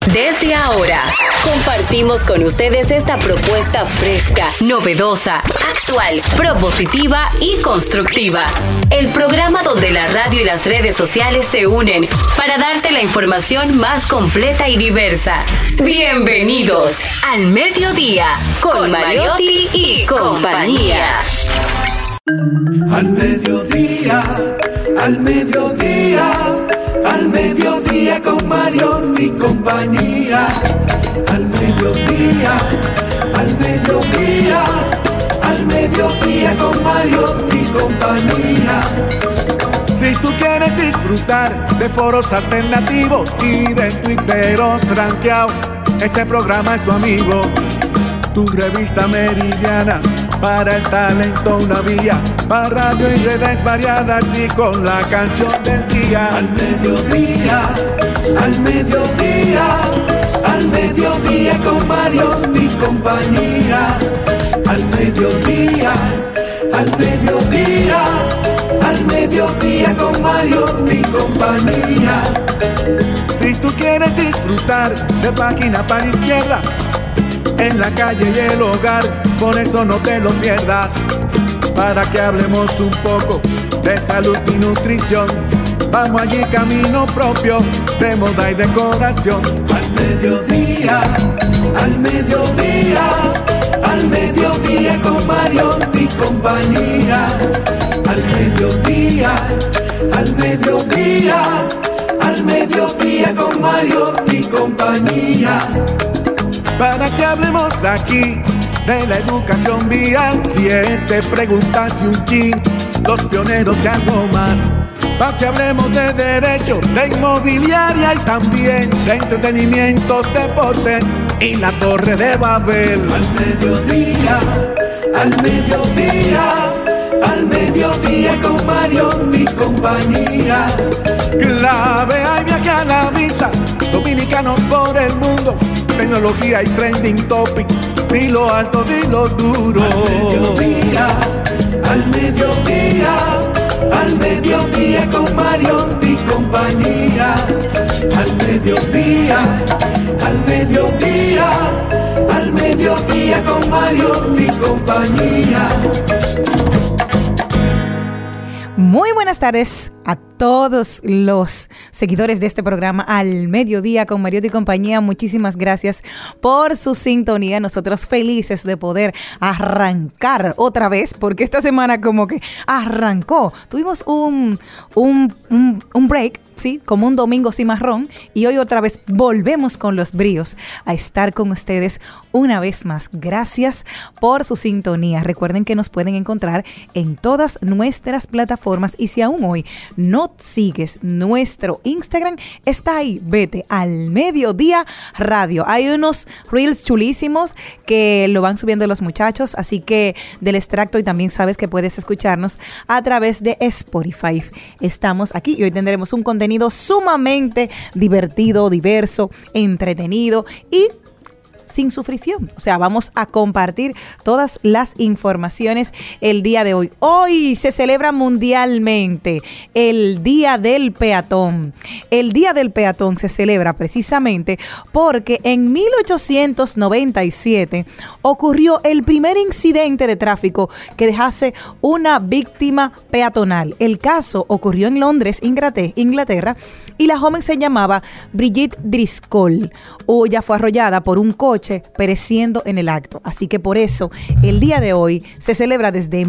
Desde ahora, compartimos con ustedes esta propuesta fresca, novedosa, actual, propositiva y constructiva. El programa donde la radio y las redes sociales se unen para darte la información más completa y diversa. Bienvenidos al Mediodía con Mariotti y compañía. Al mediodía, al mediodía, al mediodía con Mariotti y compañía. Al mediodía, al mediodía, al mediodía con Mariotti y compañía. Si tú quieres disfrutar de foros alternativos y de tuiteros rankeados, este programa es tu amigo. Tu revista meridiana, para el talento una vía, para radio y redes variadas y con la canción del día. Al mediodía, al mediodía, al mediodía con Mariotti y compañía. Al mediodía, al mediodía, al mediodía con Mariotti y compañía. Si tú quieres disfrutar de página para la izquierda, en la calle y el hogar, por eso no te lo pierdas. Para que hablemos un poco de salud y nutrición, vamos allí camino propio de moda y decoración. Al mediodía, al mediodía, al mediodía con Mariotti y compañía. Al mediodía, al mediodía, al mediodía con Mariotti y compañía. Para que hablemos aquí de la educación vial, 7 preguntas y un chin, los pioneros y algo más. Para que hablemos de derecho, de inmobiliaria y también de entretenimientos, deportes y la Torre de Babel. Al mediodía, al mediodía, al mediodía con Mariotti y compañía. Clave, hay viaje a la vista, dominicanos por el mundo, tecnología y trending topic, dilo alto, dilo duro. Al mediodía, al mediodía, al mediodía con Mariotti y compañía. Al mediodía, al mediodía, al mediodía con Mariotti y compañía. Muy buenas tardes a todos los seguidores de este programa Al Mediodía con Mariotti y compañía. Muchísimas gracias por su sintonía. Nosotros felices de poder arrancar otra vez, porque esta semana como que arrancó. Tuvimos un break, sí, como un domingo cimarrón, y hoy otra vez volvemos con los bríos a estar con ustedes una vez más. Gracias por su sintonía. Recuerden que nos pueden encontrar en todas nuestras plataformas, y si aún hoy no sigues nuestro Instagram, está ahí, vete Al Mediodía Radio. Hay unos reels chulísimos que lo van subiendo los muchachos, así que del extracto, y también sabes que puedes escucharnos a través de Spotify. Estamos aquí y hoy tendremos un contenido sumamente divertido, diverso, entretenido y sin sufrición. O sea, vamos a compartir todas las informaciones el día de hoy. Hoy se celebra mundialmente el Día del Peatón. El Día del Peatón se celebra precisamente porque en 1897 ocurrió el primer incidente de tráfico que dejase una víctima peatonal. El caso ocurrió en Londres, Inglaterra, y la joven se llamaba Brigitte Driscoll. Ella fue arrollada por un coche, pereciendo en el acto. Así que por eso el día de hoy se celebra desde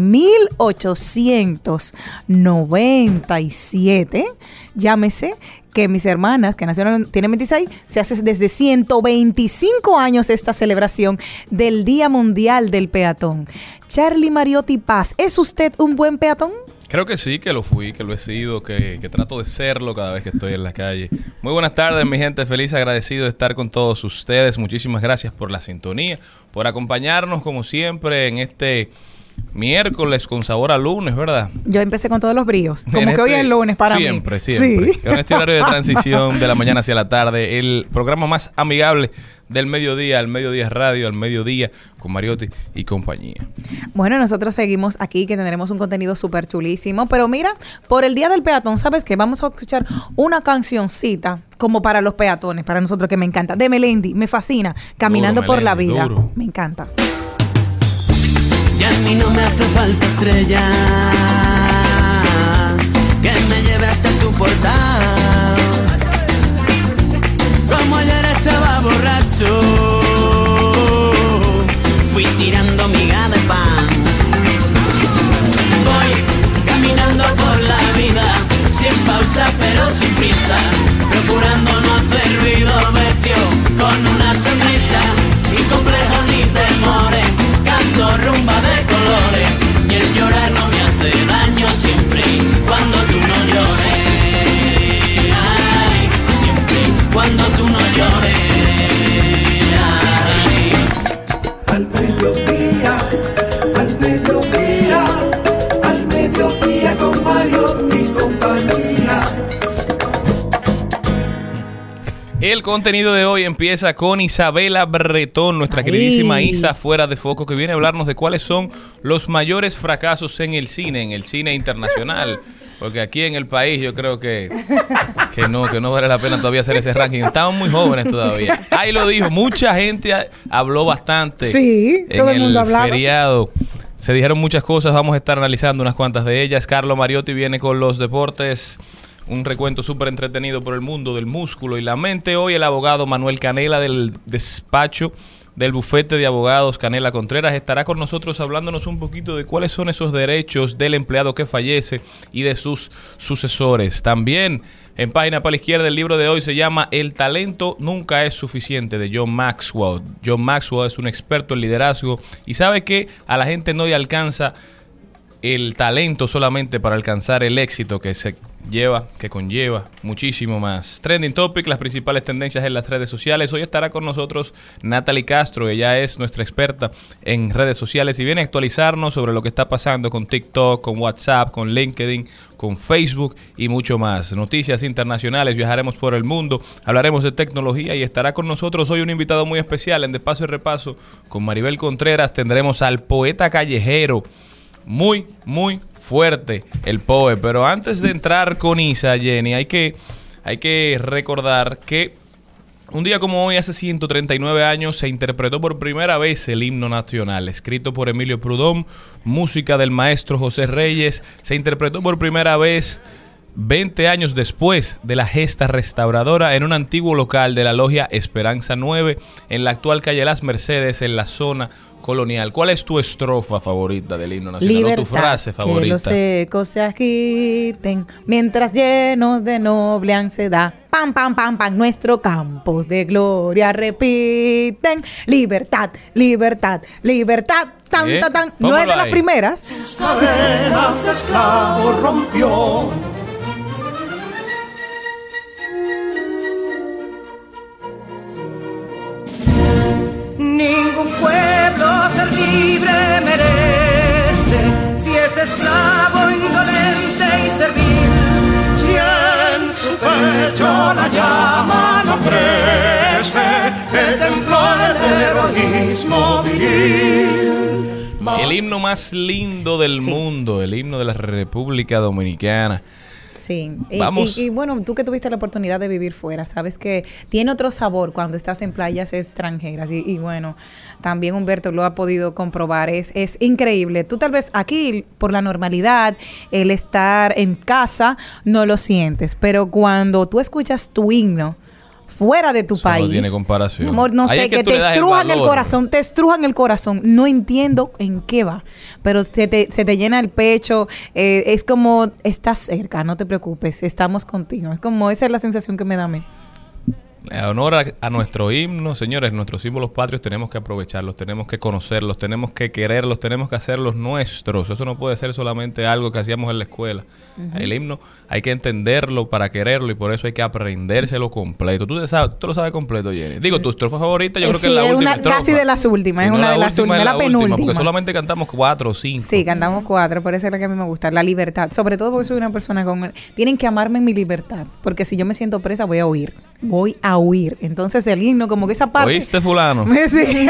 1897. Llámese que mis hermanas, que nacieron, tienen 26, se hace desde 125 años esta celebración del Día Mundial del Peatón. Charlie Mariotti Paz, ¿es usted un buen peatón? Creo que sí, que lo fui, que lo he sido, que trato de serlo cada vez que estoy en la calle. Muy buenas tardes, mi gente. Feliz, agradecido de estar con todos ustedes. Muchísimas gracias por la sintonía, por acompañarnos como siempre en este miércoles con sabor a lunes, ¿verdad? Yo empecé con todos los bríos, como En que hoy es lunes para mí. Siempre. Sí. En este horario de transición de la mañana hacia la tarde, el programa más amigable del mediodía, al mediodía radio, al mediodía con Mariotti y compañía. Bueno, nosotros seguimos aquí que tendremos un contenido súper chulísimo, pero mira, por el Día del Peatón, ¿sabes qué? Vamos a escuchar una cancioncita como para los peatones, para nosotros que me encanta, de Melendi, me fascina, Caminando Duro, por la Melendi, vida, duro. me encanta. Y a mí no me hace falta estrella que me lleve hasta tu portal. Como ayer estaba borracho, fui tirando miga de pan. Voy caminando por la vida, sin pausa pero sin prisa, procurando no hacer ruido, vestido con una sonrisa, sin complejos ni temores, canto rumba de colores, y el llorar no me hace daño siempre y cuando tú no llores. Ay, siempre y cuando tú no llores. Ay. Al mediodía, al mediodía, al mediodía con Mario y compañía. El contenido de hoy empieza con Isabela Bretón, nuestra queridísima Isa fuera de foco, que viene a hablarnos de cuáles son los mayores fracasos en el cine internacional. Porque aquí en el país yo creo que no vale la pena todavía hacer ese ranking. Estamos muy jóvenes todavía. Ahí lo dijo, mucha gente habló bastante. Sí, en todo el mundo hablaba. Feriado. Se dijeron muchas cosas, vamos a estar analizando unas cuantas de ellas. Carlo Mariotti viene con los deportes. Un recuento súper entretenido por el mundo del músculo y la mente. Hoy el abogado Manuel Canela del despacho del bufete de abogados Canela Contreras estará con nosotros hablándonos un poquito de cuáles son esos derechos del empleado que fallece y de sus sucesores. También en página para la izquierda el libro de hoy se llama El talento nunca es suficiente, de John Maxwell. John Maxwell es un experto en liderazgo y sabe que a la gente no le alcanza el talento solamente para alcanzar el éxito que conlleva muchísimo más. Trending Topic, las principales tendencias en las redes sociales. Hoy estará con nosotros Natalie Castro, ella es nuestra experta en redes sociales y viene a actualizarnos sobre lo que está pasando con TikTok, con WhatsApp, con LinkedIn, con Facebook y mucho más. Noticias internacionales, viajaremos por el mundo, hablaremos de tecnología y estará con nosotros hoy un invitado muy especial en De Paso y Repaso con Maribel Contreras. Tendremos al poeta callejero. Muy, muy fuerte el POE. Pero antes de entrar con Isa, Jenny, hay que recordar que un día como hoy, hace 139 años, se interpretó por primera vez el himno nacional, escrito por Emilio Prudhomme, música del maestro José Reyes. Se interpretó por primera vez 20 años después de la gesta restauradora en un antiguo local de la logia Esperanza 9, en la actual calle Las Mercedes, en la zona colonial. ¿Cuál es tu estrofa favorita del himno nacional? Libertad, ¿O tu frase favorita? Que los ecos se agiten mientras llenos de noble ansiedad. Pam, pam, pam, pam, nuestro campos de gloria repiten. Libertad, libertad, libertad. Tan, tan, tan. No es de las primeras. Sus cadenas de esclavo rompió. Ningún pueblo ser libre merece si es esclavo, indolente y servil. Si en su pecho la llama no crece, el templo del heroísmo viril. El himno más lindo del mundo, el himno de la República Dominicana. Sí, Vamos. y bueno, tú que tuviste la oportunidad de vivir fuera, sabes que tiene otro sabor cuando estás en playas extranjeras y bueno, también Humberto lo ha podido comprobar, es increíble. Tú tal vez aquí por la normalidad, el estar en casa no lo sientes, pero cuando tú escuchas tu himno fuera de tu Eso país, no tiene comparación. mi amor, no Ahí sé, es que que tú te le das el estrujan el valor. corazón, te estrujan el corazón. No entiendo en qué va, pero se te llena el pecho. Es como, estás cerca, no te preocupes, estamos contigo. Es como, esa es la sensación que me da a mí. En honor a nuestro himno, señores, nuestros símbolos patrios tenemos que aprovecharlos, tenemos que conocerlos, tenemos que quererlos, tenemos que hacerlos nuestros. Eso no puede ser solamente algo que hacíamos en la escuela. El himno hay que entenderlo para quererlo y por eso hay que aprendérselo completo. Tú lo sabes completo, Jenny. Digo, tu estrofa favorita yo creo que es la última estrofa. Casi de las últimas, Si es no una de las últimas, la penúltima. Porque solamente cantamos 4 o 5. Sí, cantamos 4, por eso es la que a mí me gusta, la libertad. Sobre todo porque soy una persona con... Tienen que amarme en mi libertad, porque si yo me siento presa voy a huir. Voy a huir. Entonces el himno, como que esa parte... ¿Oíste, fulano? Sí.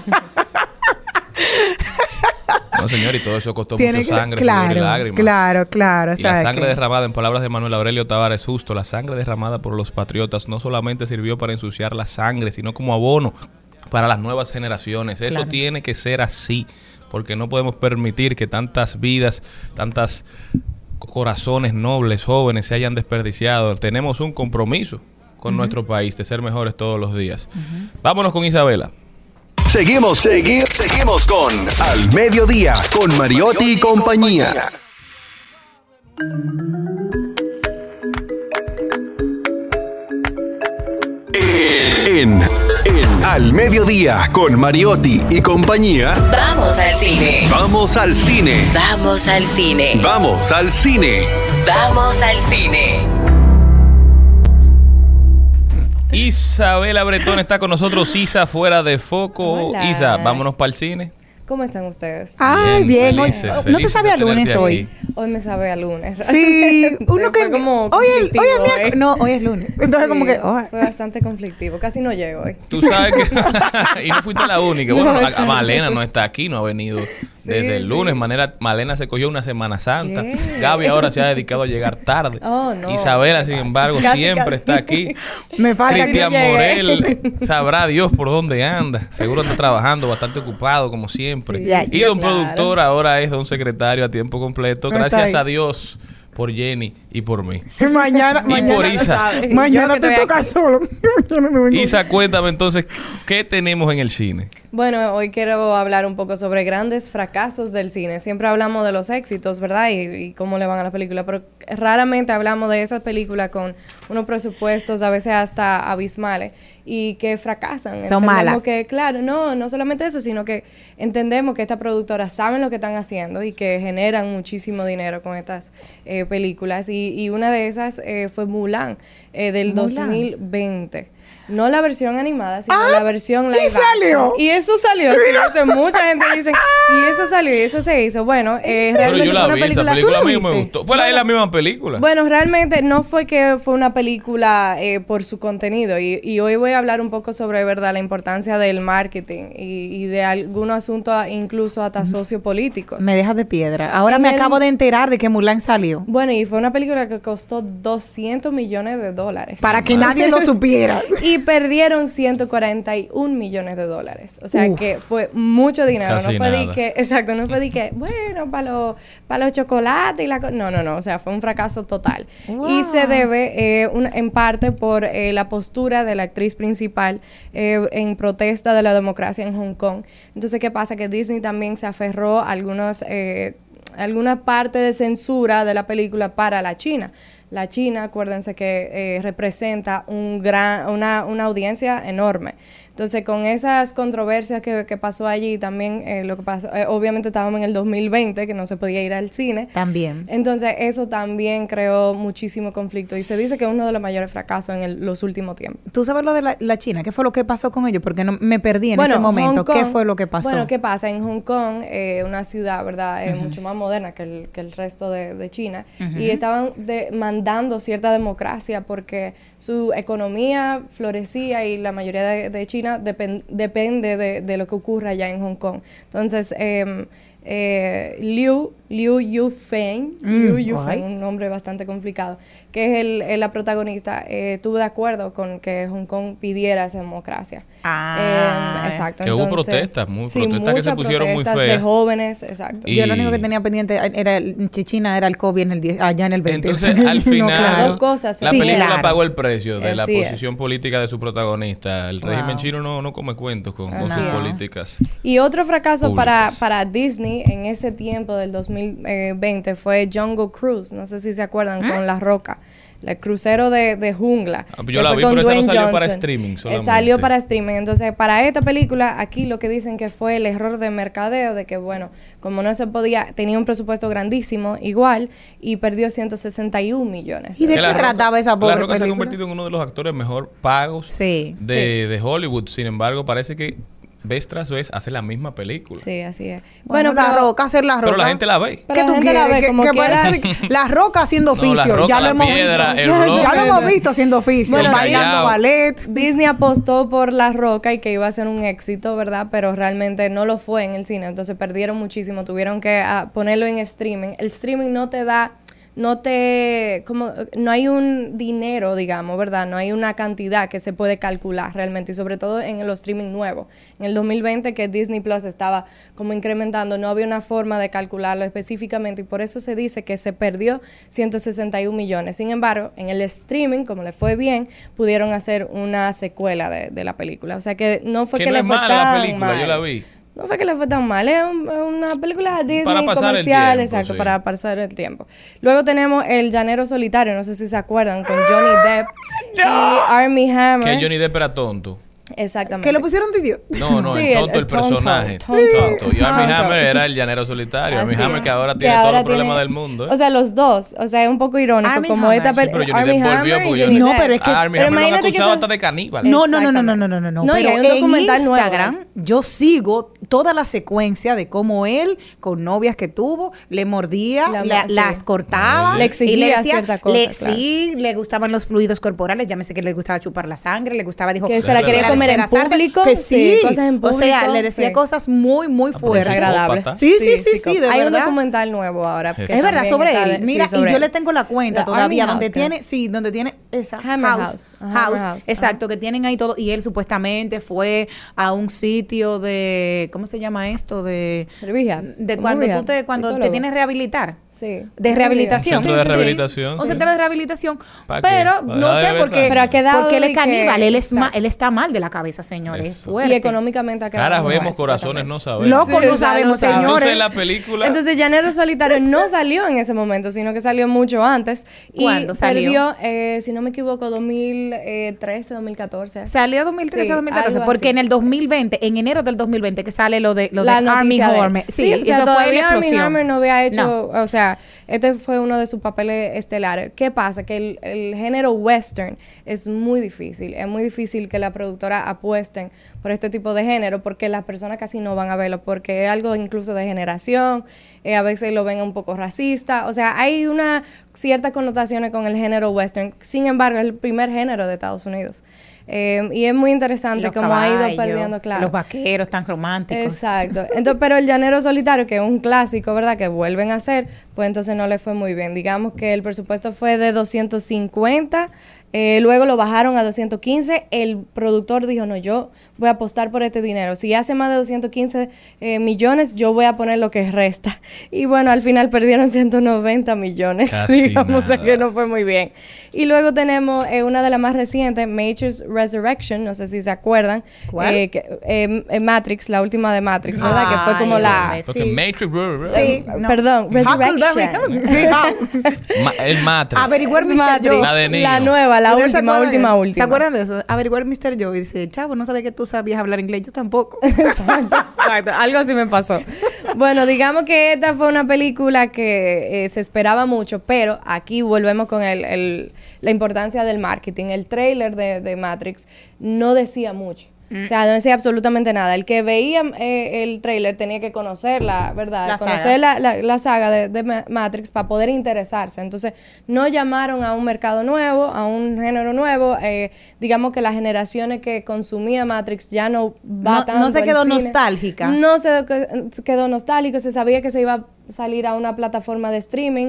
No, señor, y todo eso costó mucha sangre, sudor y lágrimas. Claro. Y la sangre derramada, en palabras de Manuel Aurelio Tavares Justo, la sangre derramada por los patriotas no solamente sirvió para ensuciar la sangre, sino como abono para las nuevas generaciones. Eso tiene que ser así, porque no podemos permitir que tantas vidas, tantas corazones nobles, jóvenes, se hayan desperdiciado. Tenemos un compromiso con nuestro país de ser mejores todos los días. Vámonos con Isabela. Seguimos con Al Mediodía, con Mariotti y compañía. En Al Mediodía, con Mariotti y compañía. Vamos al cine. Vamos al cine. Vamos al cine. Vamos al cine. Vamos al cine. Isabela Bretón está con nosotros. Isa fuera de foco. Hola. Isa, vámonos para el cine. ¿Cómo están ustedes? Ay, bien. Felices, ¿No te felices sabe a de tenerte lunes hoy? aquí. Hoy me sabe a lunes. Sí, uno que... Fue como hoy es conflictivo, miércoles. No, hoy es lunes. Entonces Sí, como que... fue bastante conflictivo. Casi no llego hoy. Tú sabes que... y no fuiste la única. Bueno, No, a Malena no está aquí, no ha venido desde el lunes. Malena se cogió una Semana Santa. ¿Qué? Gaby ahora se ha dedicado a llegar tarde. Oh, no. Isabela, sin embargo, Casi, siempre casi. está aquí. Me falta... Cristian no llegué. Morel, sabrá Dios por dónde anda. Seguro anda trabajando, bastante ocupado, como siempre. Sí, Ya, y don claro. productor ahora es don secretario a tiempo completo. No está Gracias ahí. a Dios por Jenny y por mí. Mañana por Isa. Mañana Yo que te estoy toca aquí. solo. Mañana me vengo. Isa, cuéntame entonces, ¿qué tenemos en el cine? Bueno, hoy quiero hablar un poco sobre grandes fracasos del cine. Siempre hablamos de los éxitos, ¿verdad? Y cómo le van a la película, pero raramente hablamos de esas películas con unos presupuestos a veces hasta abismales y que fracasan. Son malas. Que, claro, no solamente eso, sino que entendemos que estas productoras saben lo que están haciendo y que generan muchísimo dinero con estas películas. Y una de esas fue Mulan, del Mulan. 2020. No la versión animada, sino Ah, la versión live ¿y salió? action. Y eso salió, sí, eso, mucha gente dice, y eso salió, y eso se hizo. Bueno, Pero realmente yo la fue una vi, esa película... película a ¿Tú mí la me viste? gustó. Fue la misma película. Bueno, realmente no fue que fue una película por su contenido y hoy voy a hablar un poco sobre, verdad, la importancia del marketing y de algunos asuntos incluso hasta sociopolíticos. Me dejas de piedra. Ahora En me el- acabo de enterar de que Mulan salió. Bueno, y fue una película que costó $200 millones. Para que nadie lo supiera. Y perdieron $141 millones. O sea Uf. que fue mucho dinero. Casi No fue de nada. que, exacto, no fue de que, bueno, para los chocolates y la cosa. No. O sea, fue un fracaso total. Wow. Y se debe en parte por la postura de la actriz principal en protesta de la democracia en Hong Kong. Entonces, ¿qué pasa? Que Disney también se aferró a alguna parte de censura de la película para la China. La China, acuérdense que representa una audiencia enorme. Entonces, con esas controversias que pasó allí, también lo que pasó, obviamente estábamos en el 2020, que no se podía ir al cine. También. Entonces, eso también creó muchísimo conflicto. Y se dice que es uno de los mayores fracasos en los últimos tiempos. ¿Tú sabes lo de la China? ¿Qué fue lo que pasó con ellos? Porque no, me perdí en ese Hong momento. ¿Qué Kong- fue lo que pasó? Bueno, ¿qué pasa? En Hong Kong, una ciudad, ¿verdad? Mucho más moderna que el resto de China. Y estaban mandando cierta democracia porque su economía florecía y la mayoría de China depende de lo que ocurra allá en Hong Kong. Entonces, Liu Yufeng, guay. un nombre bastante complicado, que es la protagonista, estuvo de acuerdo con que Hong Kong pidiera esa democracia. Exacto. Que hubo entonces, protestas, protestas que se muchas pusieron muy protestas de feas. jóvenes, exacto. Y- Yo lo único que tenía pendiente era China era el COVID allá en el 20. Entonces, O sea, al no, final, claro. Dos cosas, la sí, película claro. pagó el precio de la Así es. posición política de su protagonista. El régimen chino no come cuentos con Así sus es. políticas. Y otro fracaso Públicas. para Disney en ese tiempo del 2020 fue Jungle Cruise. No sé si se acuerdan, con La Roca. el crucero de jungla. Yo que la fue vi, con pero esa no Dwayne salió para Johnson. streaming solamente. Salió para streaming. Entonces, para esta película, aquí lo que dicen que fue el error de mercadeo, de que, bueno, como no se podía, tenía un presupuesto grandísimo, igual, y perdió 161 millones. ¿Y de Que qué La Roca- trataba esa pobre La Roca se ha película? convertido en uno de los actores mejor pagos Sí. de Hollywood. Sin embargo, parece que vez tras vez hace la misma película. Sí, así es. Bueno, pero- La Roca, hacer La Roca. Pero la gente la ve. Pero ¿Qué la tú gente la quieres? ve como quiera. parece que La Roca haciendo No, La oficio. Roca, ya lo la hemos piedra, visto. el bloque. Ya lo hemos visto haciendo oficio. Bueno, bailando callao. ballet. Disney apostó por La Roca y que iba a ser un éxito, ¿verdad? Pero realmente no lo fue en el cine, entonces perdieron muchísimo, tuvieron que ponerlo en streaming. El streaming no te da, no hay un dinero, digamos, ¿verdad? No hay una cantidad que se puede calcular realmente, y sobre todo en los streaming nuevos. En el 2020 que Disney Plus estaba como incrementando, no había una forma de calcularlo específicamente y por eso se dice que se perdió 161 millones. Sin embargo, en el streaming, como le fue bien, pudieron hacer una secuela de la película. O sea que no fue Que que no le es fue mala tan la película, mal. yo la vi. No fue que le fue tan mal, es una película de Disney Para pasar el comercial, tiempo, exacto, sí. para pasar el tiempo. Luego tenemos El Llanero Solitario, no sé si se acuerdan, con Johnny Depp y Armie Hammer. Que Johnny Depp era tonto. Exactamente. Que lo pusieron de idiota. No, Sí, el tonto, el personaje. tonto. Y Armie Tonto. Hammer era el llanero solitario. Armie Así Hammer es. que ahora Que tiene todos ahora los problemas tiene- del mundo. ¿eh? O sea, los dos. O sea, es un poco irónico. Armie como Hammer. esta Sí, película. pero Johnny Depp volvió porque Johnny No, Depp- pero es que- Armie pero Hammer lo han imagínate que acusado se- hasta de caníbal. No, Exactamente. No, y pero hay un en documental nuevo. Instagram yo sigo toda la secuencia de cómo él, con novias que tuvo, le mordía, Sí. las cortaba. Le exigía y le decía, ciertas cosas, claro. Sí, le gustaban los fluidos corporales. Llámese que le gustaba chupar la sangre, le gustaba, dijo, Que se la quería quería comer en despedazarte, público, Que sí, sí, cosas en o sea, público, le decía sí. cosas muy, muy pero fuertes. es Agradable. psicópata. Sí, de Hay un verdad. documental nuevo ahora. que Sí. Es verdad, también sobre está él. de- Mira, sí, sobre y yo él. le tengo la cuenta La todavía, Army donde House, tiene, creo. sí, donde tiene esa Hammer House. House. Hammer House, Exacto, que tienen ahí todo. Y él supuestamente fue a un sitio de, ¿cómo se llama esto? De Rehab. de ¿Cómo cuando rehab? tú cuando te Psicólogo. tienes que rehabilitar. Sí. De rehabilitación. Centro de Sí. rehabilitación, Un sí. centro de rehabilitación. ¿Para qué? Pero Para no dejar de sé por qué. besar. Pero ha quedado porque él es de que- caníbal. Exacto. Él está mal de la cabeza, señores. Es Eso. fuerte. Y económicamente ha quedado Caras mal, vemos, corazones no sabemos. Loco, no Sí, o sea, sabemos, no sabemos. señores. Entonces la película... Entonces, Llanero Solitario no salió en ese momento, sino que salió mucho antes. ¿Cuándo y salió? perdió, si no me equivoco, 2013, 2014. Salió 2013 Sí, 2014, algo porque así. en el 2020, en enero del 2020, que sale lo de La Armie noticia de él. Hammer. Sí, o y sea, eso fue la todavía Armie explosión. Hammer no había hecho, o sea, este fue uno de sus papeles estelares. ¿Qué pasa? Que el género western es muy difícil que la productora apuesten por este tipo de género, porque las personas casi no van a verlo, porque es algo incluso de generación, a veces lo ven un poco racista, o sea, hay una ciertas connotaciones con el género western. Sin embargo, es el primer género de Estados Unidos. Y es muy interesante Los cómo ha ido caballos, perdiendo, claro. Los vaqueros tan románticos. Exacto. Entonces, pero El Llanero Solitario, que es un clásico, ¿verdad? Que vuelven a hacer, pues entonces no le fue muy bien. Digamos que el presupuesto fue de 250, luego lo bajaron a 215. El productor dijo, no, yo voy a apostar por este dinero. Si hace más de 215 millones, yo voy a poner lo que resta. Y bueno, al final perdieron 190 millones. Casi digamos, o sea nada. que no fue muy bien. Y luego tenemos una de las más recientes, Matrix Resurrection, no sé si se acuerdan. ¿Cuál? Matrix, la última de Matrix, ¿verdad? Que fue Ay, como la... hombre, Porque sí. Matrix... Sí, no. Perdón, Huckleberry, Resurrection. El Matrix. Averiguar Mr. Matrix. Joe. La de Neo. La nueva, la ¿Ustedes se última, acuerdan? última, última. ¿Se acuerdan de eso? Averiguar Mr. Joe. Y dice, chavo, no sabía que tú sabías hablar inglés. Yo tampoco. Exacto, algo así me pasó. Bueno, digamos que esta fue una película que se esperaba mucho, pero aquí volvemos con la importancia del marketing. El tráiler de Matrix no decía mucho. O sea, no decía absolutamente nada. El que veía el tráiler tenía que conocerla, ¿verdad? La conocer la saga de Matrix para poder interesarse. Entonces, no llamaron a un mercado nuevo, a un género nuevo. Digamos que las generaciones que consumía Matrix ya no va No- tanto no se al quedó cine. nostálgica. No se quedó nostálgico. Se sabía que se iba a salir a una plataforma de streaming.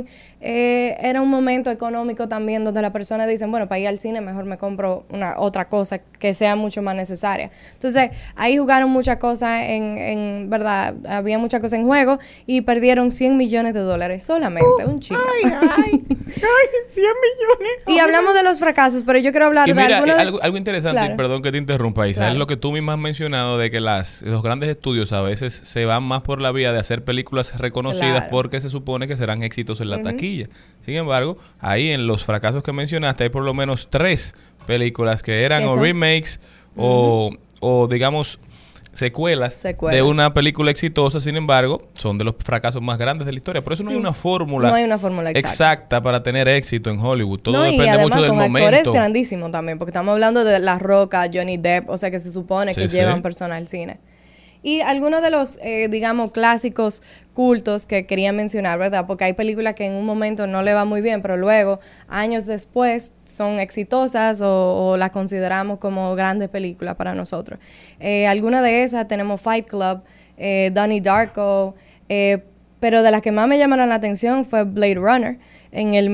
Era un momento económico también donde las personas dicen, bueno, para ir al cine mejor me compro otra cosa que sea mucho más necesaria. Entonces, ahí jugaron muchas cosas en verdad, había muchas cosas en juego y perdieron $100 millones solamente, un chingo. ay, 100 millones. Y hablamos de los fracasos, pero yo quiero hablar Y de mira, algunos... algo interesante, Claro. perdón que te interrumpa, Isa, Claro. es lo que tú misma has mencionado de que los grandes estudios a veces se van más por la vía de hacer películas reconocidas Claro. porque se supone que serán éxitos en la taquilla. Sin embargo, ahí en los fracasos que mencionaste hay por lo menos 3 películas que eran ¿Eso? o remakes o digamos secuelas de una película exitosa. Sin embargo, son de los fracasos más grandes de la historia. Por eso no hay una fórmula, exacta para tener éxito en Hollywood. Todo depende mucho del momento. Y además con actores grandísimos también, porque estamos hablando de La Roca, Johnny Depp, o sea que se supone que llevan personas al cine. Y algunos de los, digamos, clásicos cultos que quería mencionar, ¿verdad? Porque hay películas que en un momento no le va muy bien, pero luego, años después, son exitosas o las consideramos como grandes películas para nosotros. Algunas de esas tenemos Fight Club, Donnie Darko, pero de las que más me llamaron la atención fue Blade Runner. En el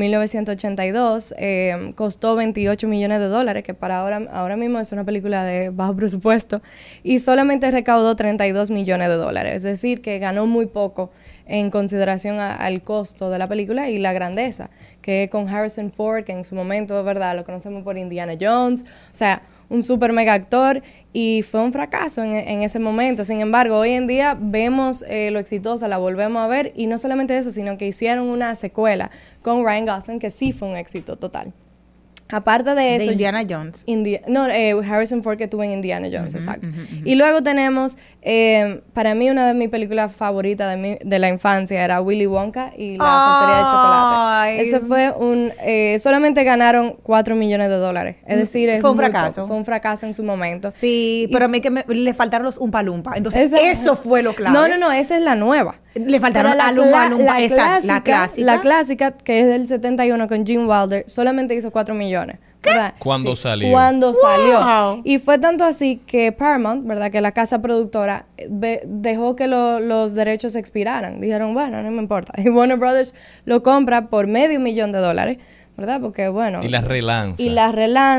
1982 costó $28 millones, que para ahora mismo es una película de bajo presupuesto, y solamente recaudó $32 millones. Es decir, que ganó muy poco en consideración al costo de la película y la grandeza, que con Harrison Ford, que en su momento, ¿verdad?, lo conocemos por Indiana Jones, o sea, un super mega actor, y fue un fracaso en ese momento. Sin embargo, hoy en día vemos lo exitosa, la volvemos a ver, y no solamente eso, sino que hicieron una secuela con Ryan Gosling que sí fue un éxito total. Aparte de eso... De Indiana Jones. Harrison Ford, que tuvo en Indiana Jones, exacto. Y luego tenemos, para mí, una de mis películas favoritas de la infancia era Willy Wonka y la factoría de chocolate. Eso fue solamente ganaron $4 millones. Es decir, fue un fracaso. Fue un fracaso en su momento. Sí, pero a mí le faltaron los Umpa Lumpa. Entonces, eso fue lo clave. No, esa es la nueva. Le faltaron a Lumpa Lumpa. La clásica. La clásica, que es del 71 con Gene Wilder, solamente hizo $4 millones. ¿Verdad? Cuando salió. Cuando salió. Y fue tanto así que Paramount, ¿verdad?, que la casa productora dejó que los derechos expiraran. Dijeron, bueno, no me importa. Y Warner Brothers lo compra por $500,000, ¿verdad? Porque, bueno... Y la relanza. Y la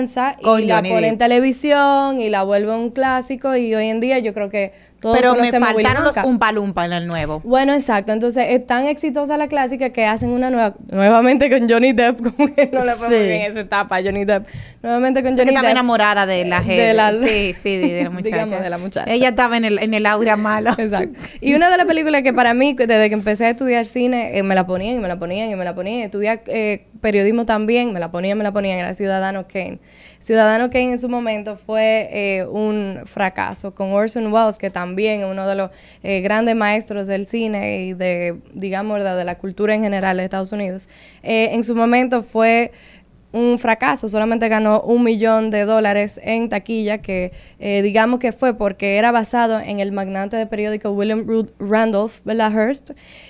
pone en televisión y la vuelve un clásico, y hoy en día yo creo que todos conocemos. Pero me faltaron los Umpa Lumpa en el nuevo. Bueno, exacto. Entonces, es tan exitosa la clásica que hacen una nuevamente con Johnny Depp, como que no le fue muy bien esa etapa a Johnny Depp. Nuevamente con Johnny Depp. Estaba enamorada de la gente. de la muchacha. Digamos, de la muchacha. Ella estaba en el aura malo. Exacto. Y una de las películas que para mí, desde que empecé a estudiar cine, me la ponían y me la ponían y me la ponían. Estudiar periodismo también, me la ponían, era Ciudadano Kane. Ciudadano Kane en su momento fue un fracaso, con Orson Welles, que también es uno de los grandes maestros del cine y de, digamos, ¿verdad?, de la cultura en general de Estados Unidos. En su momento fue un fracaso, solamente ganó $1 millón en taquilla, que digamos que fue porque era basado en el magnate de periódico William Randolph, ¿verdad?, Hearst.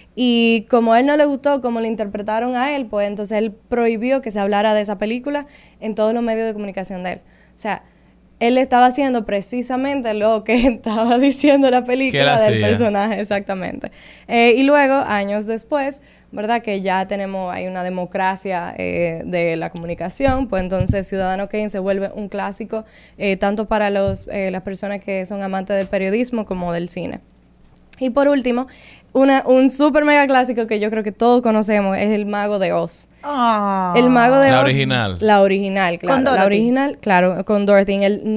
Y como a él no le gustó cómo le interpretaron a él, pues entonces él prohibió que se hablara de esa película en todos los medios de comunicación de él. O sea, él estaba haciendo precisamente lo que estaba diciendo la película del personaje, exactamente. Y luego, años después, ¿verdad?, que ya hay una democracia de la comunicación, pues entonces Ciudadano Kane se vuelve un clásico, tanto para las personas que son amantes del periodismo como del cine. Y por último, un super mega clásico que yo creo que todos conocemos es El Mago de Oz. El Mago de Oz. La original, claro. Con Dorothy. La original, claro, con Dorothy en el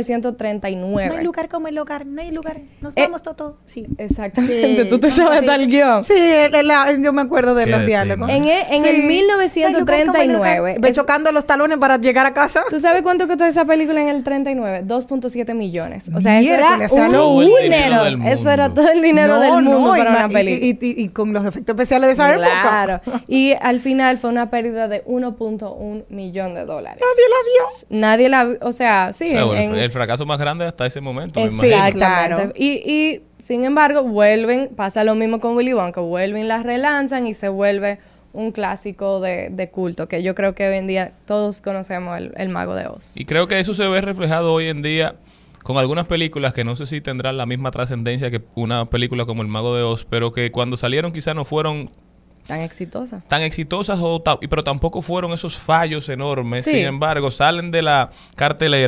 1939. No hay lugar como el hogar, no hay lugar. Nos vamos, Toto. Sí. Exactamente. ¿Tú te sabes tal guión? Sí, yo me acuerdo de los diálogos. En el 1939. Chocando los talones para llegar a casa. ¿Tú sabes cuánto costó esa película en el 39? 2.7 millones. O sea, eso era un dinero. Eso era todo el dinero del mundo para una película. Y con los efectos especiales de esa época. Claro. Y al final fue una pérdida de $1.1 millón. Nadie la vio. O sea, sí. O sea, el fracaso más grande hasta ese momento, me imagino. Exactamente. Claro. Y sin embargo, pasa lo mismo con Willy Wonka, vuelven, la relanzan y se vuelve un clásico de culto, que yo creo que hoy en día todos conocemos el Mago de Oz. Y creo que eso se ve reflejado hoy en día con algunas películas que no sé si tendrán la misma trascendencia que una película como El Mago de Oz, pero que cuando salieron quizás no fueron tan exitosas pero tampoco fueron esos fallos enormes. Sí. Sin embargo, salen de la cartelera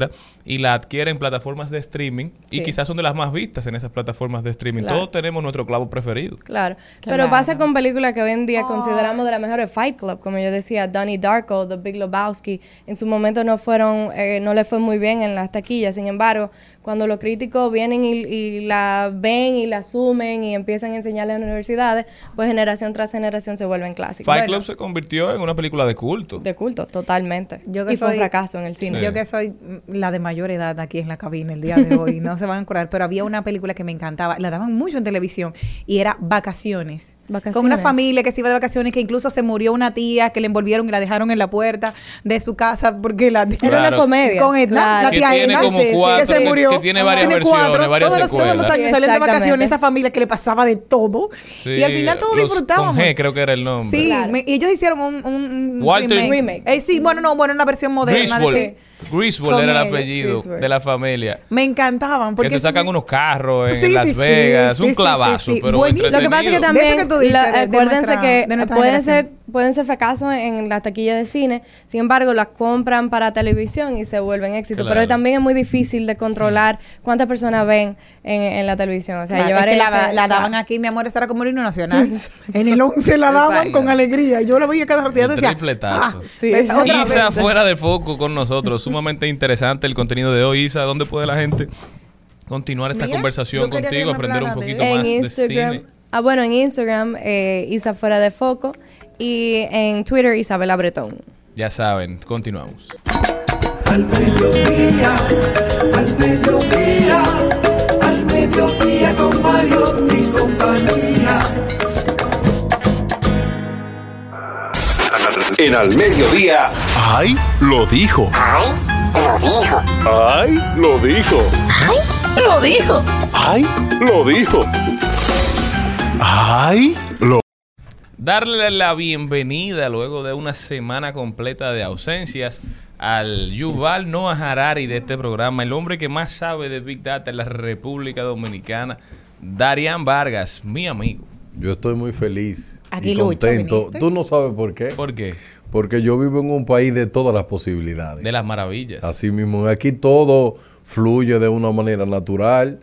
y la adquieren plataformas de streaming y quizás son de las más vistas en esas plataformas de streaming. Claro. Todos tenemos nuestro clavo preferido. Claro. Claro. Pero pasa con películas que hoy en día consideramos de las mejores. Fight Club, como yo decía, Donnie Darko, The Big Lebowski, en su momento no le fue muy bien en las taquillas. Sin embargo, cuando los críticos vienen y la ven y la asumen y empiezan a enseñarle en las universidades, pues generación tras generación se vuelven clásicos. Fight Club se convirtió en una película de culto. De culto, totalmente. Yo que y fue un soy- fracaso en el cine. Yo que soy la de mayor edad aquí en la cabina el día de hoy, no se van a acordar, pero había una película que me encantaba, la daban mucho en televisión y era Vacaciones. Vacaciones. Con una familia que se iba de vacaciones, que incluso se murió una tía, que le envolvieron y la dejaron en la puerta de su casa porque la tía... Era una Claro. comedia. Con Edna, Claro. la Que tía tiene Edna, como sí, sí, cuatro, que se murió. que tiene varias Tiene versiones, cuatro, varias todos los secuelas. años salen de Exactamente. vacaciones, esa familia que le pasaba de todo. Sí, y al final todos los disfrutábamos. Con G, creo que era el nombre. Sí, Claro. y ellos hicieron un Walter- Remake. Sí, bueno, una versión moderna. de ese- Griswold Con era el ellos, apellido Griswold. de la familia. Me encantaban. Porque Que se eso sacan sí- unos carros en Sí, Las sí, sí, Vegas. sí, Un sí, clavazo, sí, sí. pero Buenísimo. Lo que pasa es que De también, eso que tú dices, de acuérdense nuestra- que de nuestra pueden ser fracasos en la taquilla de cine, sin embargo, las compran para televisión y se vuelven éxito. Claro. Pero también es muy difícil de controlar cuántas personas ven en la televisión. O sea, Claro, llevar es que ese- la daban aquí, mi amor, esa era como el himno nacional. En el 11 la daban Exacto. con alegría. Y yo la veía cada rato y yo El decía, tripletazo. Sí. otra Isa vez. fuera de foco con nosotros. Sumamente interesante el contenido de hoy. Isa, ¿dónde puede la gente continuar esta Mira, conversación yo quería que contigo? me Aprender un hablara de poquito en más de Instagram. cine. Bueno, en Instagram, Isa Fuera de Foco. Y en Twitter, Isabela Bretón. Ya saben, continuamos. Al mediodía, al mediodía, al mediodía con Mario y compañía. En Al Mediodía. ¡Ay! Lo dijo. ¡Ay! Lo dijo. ¡Ay! Lo dijo. Lo dijo. ¡Ay! Lo dijo. ¡Ay! Lo Darle la bienvenida luego de una semana completa de ausencias al Yuval Noah Harari de este programa, el hombre que más sabe de Big Data en la República Dominicana, Darian Vargas, mi amigo. Yo estoy muy feliz Aquí y Lucho, contento. ¿viniste? Tú no sabes por qué. ¿Por qué? Porque yo vivo en un país de todas las posibilidades. De las maravillas. Así mismo, aquí todo fluye de una manera natural.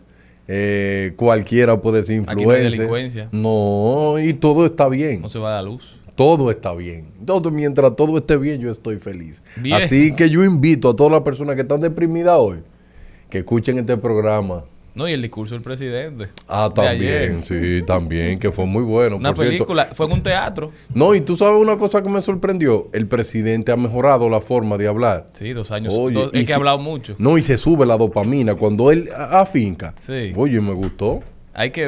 Cualquiera puede ser Aquí no hay influencer. delincuencia. No, y todo está bien. No se va a dar luz. Todo está bien. Mientras todo esté bien, yo estoy feliz. Bien. Así que yo invito a todas las personas que están deprimidas hoy que escuchen este programa. No, y el discurso del presidente. Ah, de ayer. también, sí, también, que fue muy bueno. Una por cierto. película, fue en un teatro. No, y tú sabes una cosa que me sorprendió. El presidente ha mejorado la forma de hablar. Sí, 2 años. Oye, Es y que ha hablado mucho. No, y se sube la dopamina cuando él afinca. Sí. Oye, me gustó. Hay que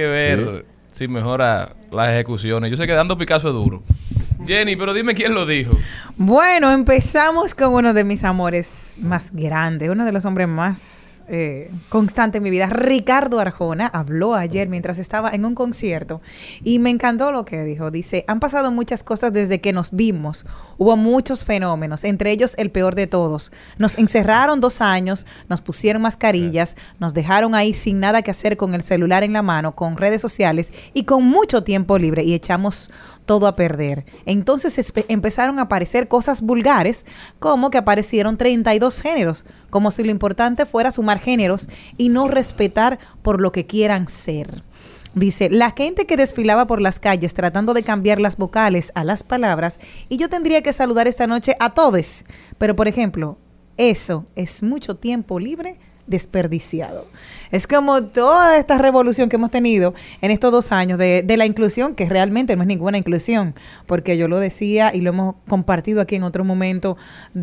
ver si mejora las ejecuciones. Yo sé que dando Picasso es duro. Jenny, pero dime quién lo dijo. Bueno, empezamos con uno de mis amores más grandes, uno de los hombres más constantes en mi vida. Ricardo Arjona habló ayer mientras estaba en un concierto y me encantó lo que dijo. Dice, han pasado muchas cosas desde que nos vimos. Hubo muchos fenómenos, entre ellos el peor de todos. Nos encerraron 2 años, nos pusieron mascarillas, nos dejaron ahí sin nada que hacer con el celular en la mano, con redes sociales y con mucho tiempo libre y echamos todo a perder. Entonces empezaron a aparecer cosas vulgares, como que aparecieron 32 géneros, como si lo importante fuera sumar géneros y no respetar por lo que quieran ser. Dice, la gente que desfilaba por las calles tratando de cambiar las vocales a las palabras, y yo tendría que saludar esta noche a todos, pero por ejemplo, eso es mucho tiempo libre desperdiciado. Es como toda esta revolución que hemos tenido en estos 2 años de la inclusión, que realmente no es ninguna inclusión, porque yo lo decía y lo hemos compartido aquí en otro momento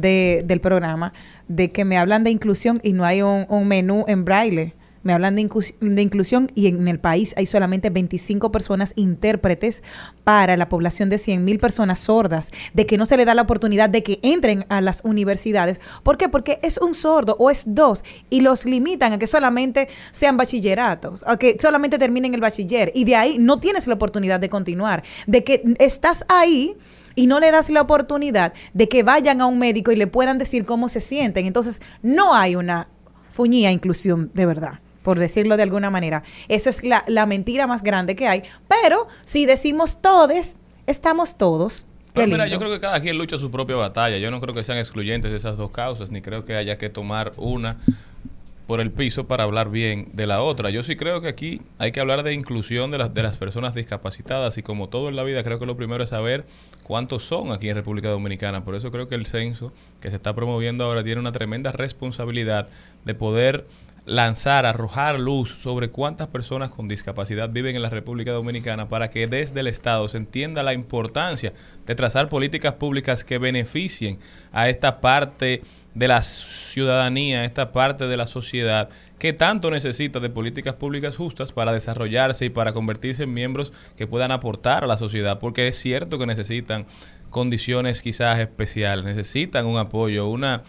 del programa, de que me hablan de inclusión y no hay un menú en braille. Me hablan de inclusión y en el país hay solamente 25 personas intérpretes para la población de 100,000 personas sordas, de que no se le da la oportunidad de que entren a las universidades. ¿Por qué? Porque es un sordo o es 2 y los limitan a que solamente sean bachilleratos, a que solamente terminen el bachiller y de ahí no tienes la oportunidad de continuar, de que estás ahí y no le das la oportunidad de que vayan a un médico y le puedan decir cómo se sienten. Entonces no hay una fuñía inclusión de verdad, por decirlo de alguna manera. Eso es la mentira más grande que hay. Pero si decimos todes, estamos todos. Qué Mira, lindo. yo creo que cada quien lucha su propia batalla. Yo no creo que sean excluyentes esas dos causas, ni creo que haya que tomar una por el piso para hablar bien de la otra. Yo sí creo que aquí hay que hablar de inclusión de las personas discapacitadas y como todo en la vida, creo que lo primero es saber cuántos son aquí en República Dominicana. Por eso creo que el censo que se está promoviendo ahora tiene una tremenda responsabilidad de poder lanzar, arrojar luz sobre cuántas personas con discapacidad viven en la República Dominicana para que desde el Estado se entienda la importancia de trazar políticas públicas que beneficien a esta parte de la ciudadanía, esta parte de la sociedad que tanto necesita de políticas públicas justas para desarrollarse y para convertirse en miembros que puedan aportar a la sociedad, porque es cierto que necesitan condiciones quizás especiales, necesitan un apoyo, una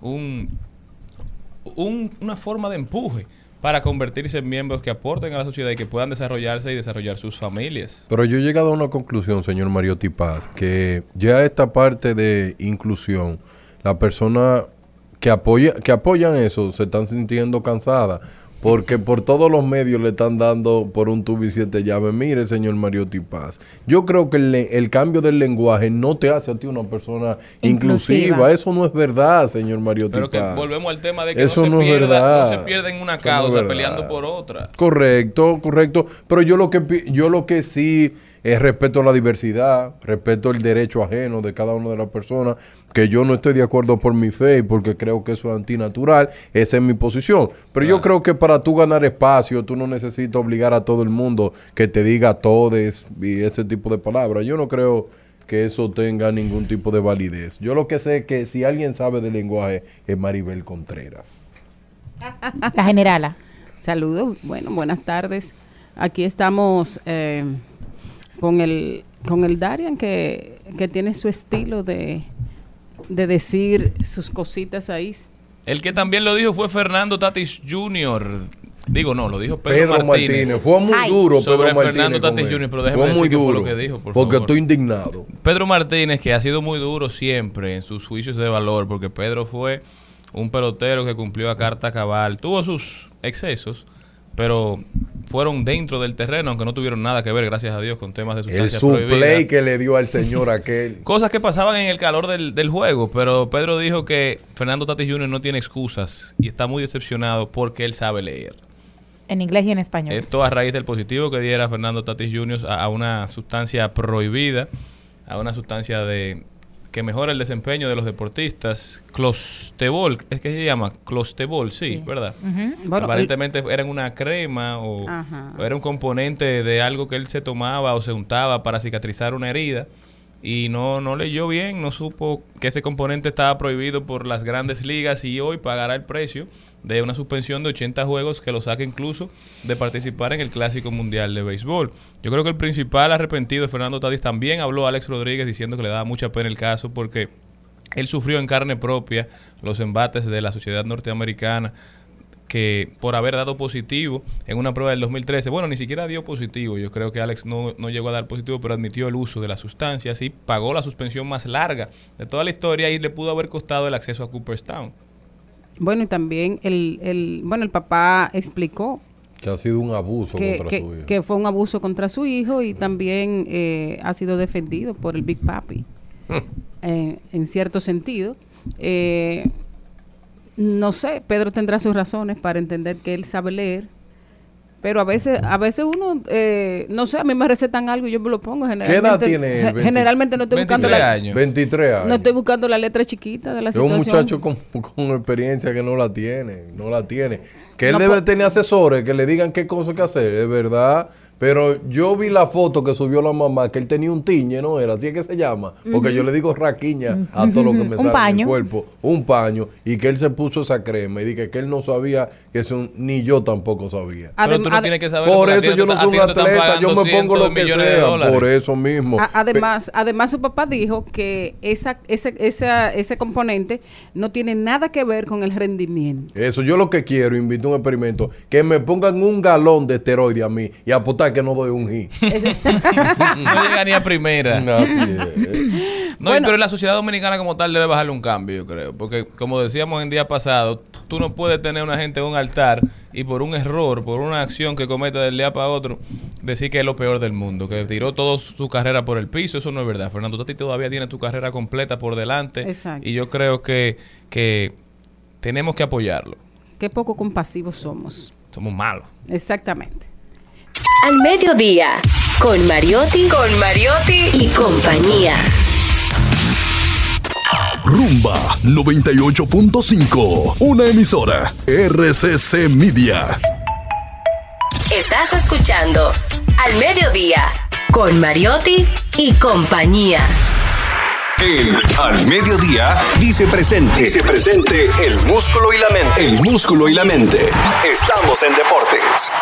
forma de empuje para convertirse en miembros que aporten a la sociedad y que puedan desarrollarse y desarrollar sus familias. Pero yo he llegado a una conclusión, señor Mariotti Paz, que ya esta parte de inclusión, la persona que apoyan eso se están sintiendo cansadas porque por todos los medios le están dando por un tubo y 7 llaves. Mire, señor Mariotti Paz, yo creo que el cambio del lenguaje no te hace a ti una persona inclusiva. Eso no es verdad, señor Mariotti Paz. Pero que volvemos al tema de que eso no se es pierda en una eso causa no es peleando por otra. Correcto. Pero yo lo que sí respeto la diversidad, respeto el derecho ajeno de cada una de las personas, que yo no estoy de acuerdo por mi fe y porque creo que eso es antinatural. Esa es mi posición. Pero yo creo que para tú ganar espacio, tú no necesitas obligar a todo el mundo que te diga todes y ese tipo de palabras. Yo no creo que eso tenga ningún tipo de validez. Yo lo que sé es que si alguien sabe de lenguaje es Maribel Contreras. La generala. Saludos, bueno, buenas tardes. Aquí estamos con el Darian que tiene su estilo de decir sus cositas ahí. El que también lo dijo fue Fernando Tatis Jr. Digo, no, lo dijo Pedro Martínez. Fue muy duro sobre Pedro Martínez Fernando Tatis Jr., pero déjeme fue muy decir qué fue duro lo que dijo, por porque favor. estoy indignado. Pedro Martínez, que ha sido muy duro siempre en sus juicios de valor, porque Pedro fue un pelotero que cumplió a carta cabal, tuvo sus excesos, pero fueron dentro del terreno, aunque no tuvieron nada que ver, gracias a Dios, con temas de El sustancias suplay prohibidas. que le dio al señor aquel. Cosas que pasaban en el calor del juego, pero Pedro dijo que Fernando Tatis Jr. no tiene excusas y está muy decepcionado porque él sabe leer. En inglés y en español. Esto a raíz del positivo que diera Fernando Tatis Jr. a una sustancia prohibida, a una sustancia que mejora el desempeño de los deportistas. Clostebol, ¿es que se llama? Clostebol, sí, ¿verdad? Bueno, aparentemente era una crema o era un componente de algo que él se tomaba o se untaba para cicatrizar una herida y no leyó bien, no supo que ese componente estaba prohibido por las grandes ligas y hoy pagará el precio de una suspensión de 80 juegos que lo saca incluso de participar en el Clásico Mundial de Béisbol. Yo creo que el principal arrepentido de Fernando Tatis, también habló Alex Rodríguez diciendo que le daba mucha pena el caso porque él sufrió en carne propia los embates de la sociedad norteamericana que por haber dado positivo en una prueba del 2013, bueno, ni siquiera dio positivo, yo creo que Alex no llegó a dar positivo, pero admitió el uso de las sustancias y pagó la suspensión más larga de toda la historia y le pudo haber costado el acceso a Cooperstown. Bueno, y también el papá explicó Que ha sido un abuso contra su hijo. Que fue un abuso contra su hijo y también ha sido defendido por el Big Papi. En cierto sentido. No sé, Pedro tendrá sus razones para entender que él sabe leer. Pero a veces uno, no sé, a mí me recetan algo y yo me lo pongo. ¿Qué edad tiene él? Generalmente no estoy buscando 23 años. No estoy buscando la letra chiquita de la es situación. un muchacho con experiencia que no la tiene. Que él debe tener asesores que le digan qué cosa que hacer, es verdad. Pero yo vi la foto que subió la mamá, que él tenía un tiñe, ¿no era? Así es que se llama. Porque yo le digo raquiña a todo lo que me sale en el cuerpo. Un paño. Y que él se puso esa crema. Y dije que él no sabía que eso, ni yo tampoco sabía. Pero tú no tienes que saber. Por eso yo no soy un atleta. Yo me pongo lo que sea. Por eso mismo. Además su papá dijo que ese componente no tiene nada que ver con el rendimiento. Eso, yo lo que quiero, invito a un experimento, que me pongan un galón de esteroide a mí y apostar que no doy un hit. No llega ni a primera. No, pero la sociedad dominicana como tal debe bajarle un cambio, yo creo. Porque como decíamos en día pasado, tú no puedes tener una gente en un altar y por un error, por una acción que cometa del día para otro, decir que es lo peor del mundo, que tiró toda su carrera por el piso. Eso no es verdad, Fernando. Tú todavía tienes tu carrera completa por delante. Exacto. Y yo creo que tenemos que apoyarlo. Qué poco compasivos somos. Somos malos. Exactamente. Al mediodía, con Mariotti y compañía. Rumba 98.5, una emisora RCC Media. Estás escuchando Al mediodía, con Mariotti y compañía. En Al Mediodía dice presente. Dice presente el músculo y la mente. El músculo y la mente. Estamos en deportes.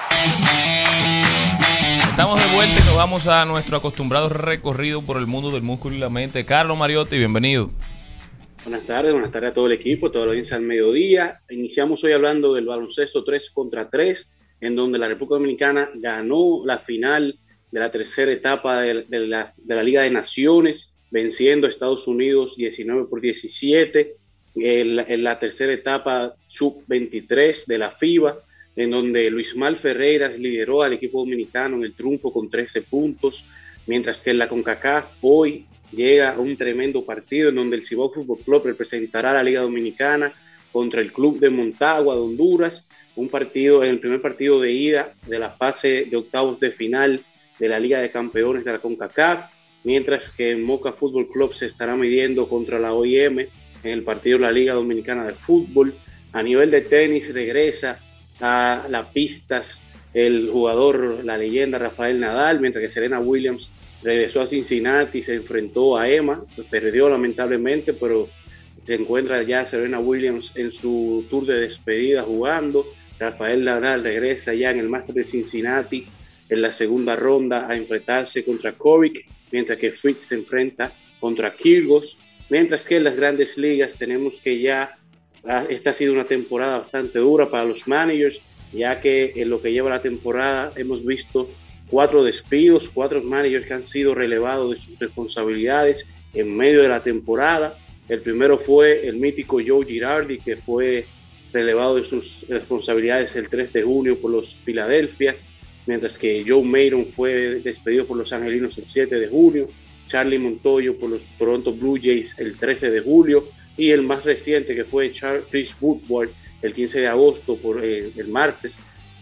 Estamos de vuelta y nos vamos a nuestro acostumbrado recorrido por el mundo del músculo y la mente. Carlos Mariotti, bienvenido. Buenas tardes a todo el equipo, toda la audiencia al mediodía. Iniciamos hoy hablando del baloncesto 3 contra 3, en donde la República Dominicana ganó la final de la tercera etapa de la Liga de Naciones, venciendo a Estados Unidos 19-17 en la tercera etapa sub-23 de la FIBA, en donde Luis Mal Ferreiras lideró al equipo dominicano en el triunfo con 13 puntos, mientras que en la CONCACAF hoy llega a un tremendo partido en donde el Cibao Fútbol Club representará a la Liga Dominicana contra el Club de Montagua de Honduras, el primer partido de ida de la fase de octavos de final de la Liga de Campeones de la CONCACAF, mientras que Moca Fútbol Club se estará midiendo contra la OIM en el partido de la Liga Dominicana de Fútbol. A nivel de tenis regresa a las pistas el jugador, la leyenda Rafael Nadal, mientras que Serena Williams regresó a Cincinnati, se enfrentó a Emma, perdió lamentablemente, pero se encuentra ya Serena Williams en su tour de despedida jugando. Rafael Nadal regresa ya en el Masters de Cincinnati en la segunda ronda a enfrentarse contra Coric, mientras que Fritz se enfrenta contra Kyrgios, mientras que en las grandes ligas tenemos que ya esta ha sido una temporada bastante dura para los managers, ya que en lo que lleva la temporada hemos visto 4 despidos, 4 managers que han sido relevados de sus responsabilidades en medio de la temporada. El primero fue el mítico Joe Girardi, que fue relevado de sus responsabilidades el 3 de junio por los Philadelphias, mientras que Joe Maddon fue despedido por los Angelinos el 7 de junio, Charlie Montoyo por los Toronto Blue Jays el 13 de julio, y el más reciente que fue Chris Woodward el 15 de agosto, el martes,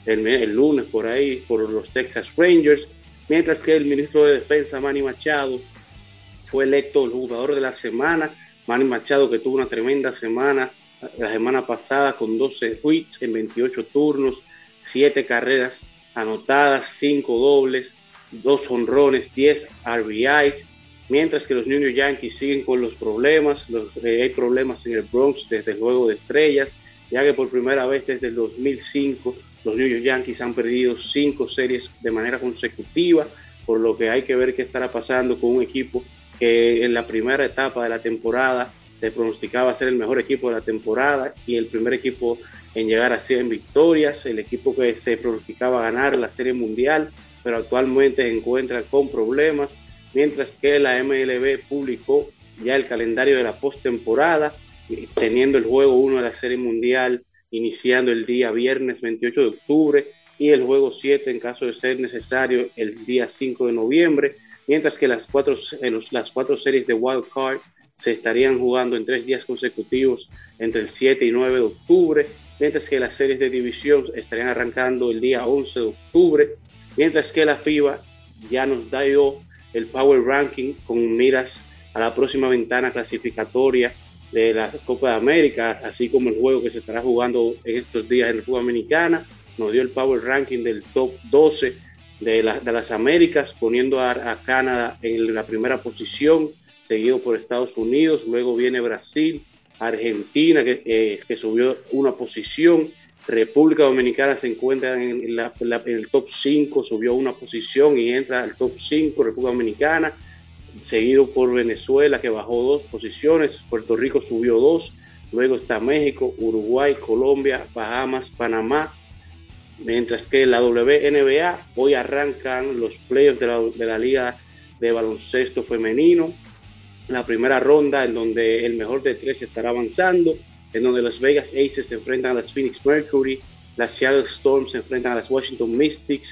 el lunes por ahí, por los Texas Rangers, mientras que el ministro de Defensa Manny Machado fue electo el jugador de la semana. Manny Machado, que tuvo una tremenda semana la semana pasada con 12 hits en 28 turnos, 7 carreras anotadas, 5 dobles, 2 jonrones, 10 RBIs, mientras que los New York Yankees siguen con los problemas. Hay problemas en el Bronx desde el Juego de Estrellas, ya que por primera vez desde el 2005 los New York Yankees han perdido 5 series de manera consecutiva, por lo que hay que ver qué estará pasando con un equipo que en la primera etapa de la temporada se pronosticaba ser el mejor equipo de la temporada y el primer equipo en llegar a 100 victorias, el equipo que se pronosticaba ganar la Serie Mundial, pero actualmente se encuentra con problemas, mientras que la MLB publicó ya el calendario de la postemporada, teniendo el juego 1 de la Serie Mundial iniciando el día viernes 28 de octubre y el juego 7 en caso de ser necesario el día 5 de noviembre, mientras que las 4 series de Wild Card se estarían jugando en 3 días consecutivos entre el 7 y 9 de octubre, mientras que las series de división estarían arrancando el día 11 de octubre, mientras que la FIBA ya nos dio el Power Ranking con miras a la próxima ventana clasificatoria de la Copa de América, así como el juego que se estará jugando en estos días en República Dominicana. Nos dio el Power Ranking del top 12 de las Américas, poniendo a Canadá en la primera posición, seguido por Estados Unidos, luego viene Brasil, Argentina, que subió una posición, República Dominicana se encuentra en el top 5, subió una posición y entra al top 5, República Dominicana, seguido por Venezuela, que bajó 2 posiciones, Puerto Rico subió 2, luego está México, Uruguay, Colombia, Bahamas, Panamá, mientras que la WNBA, hoy arrancan los playoffs de la Liga de Baloncesto Femenino, la primera ronda en donde el mejor de 3 estará avanzando, en donde los Vegas Aces se enfrentan a las Phoenix Mercury, las Seattle Storm se enfrentan a las Washington Mystics,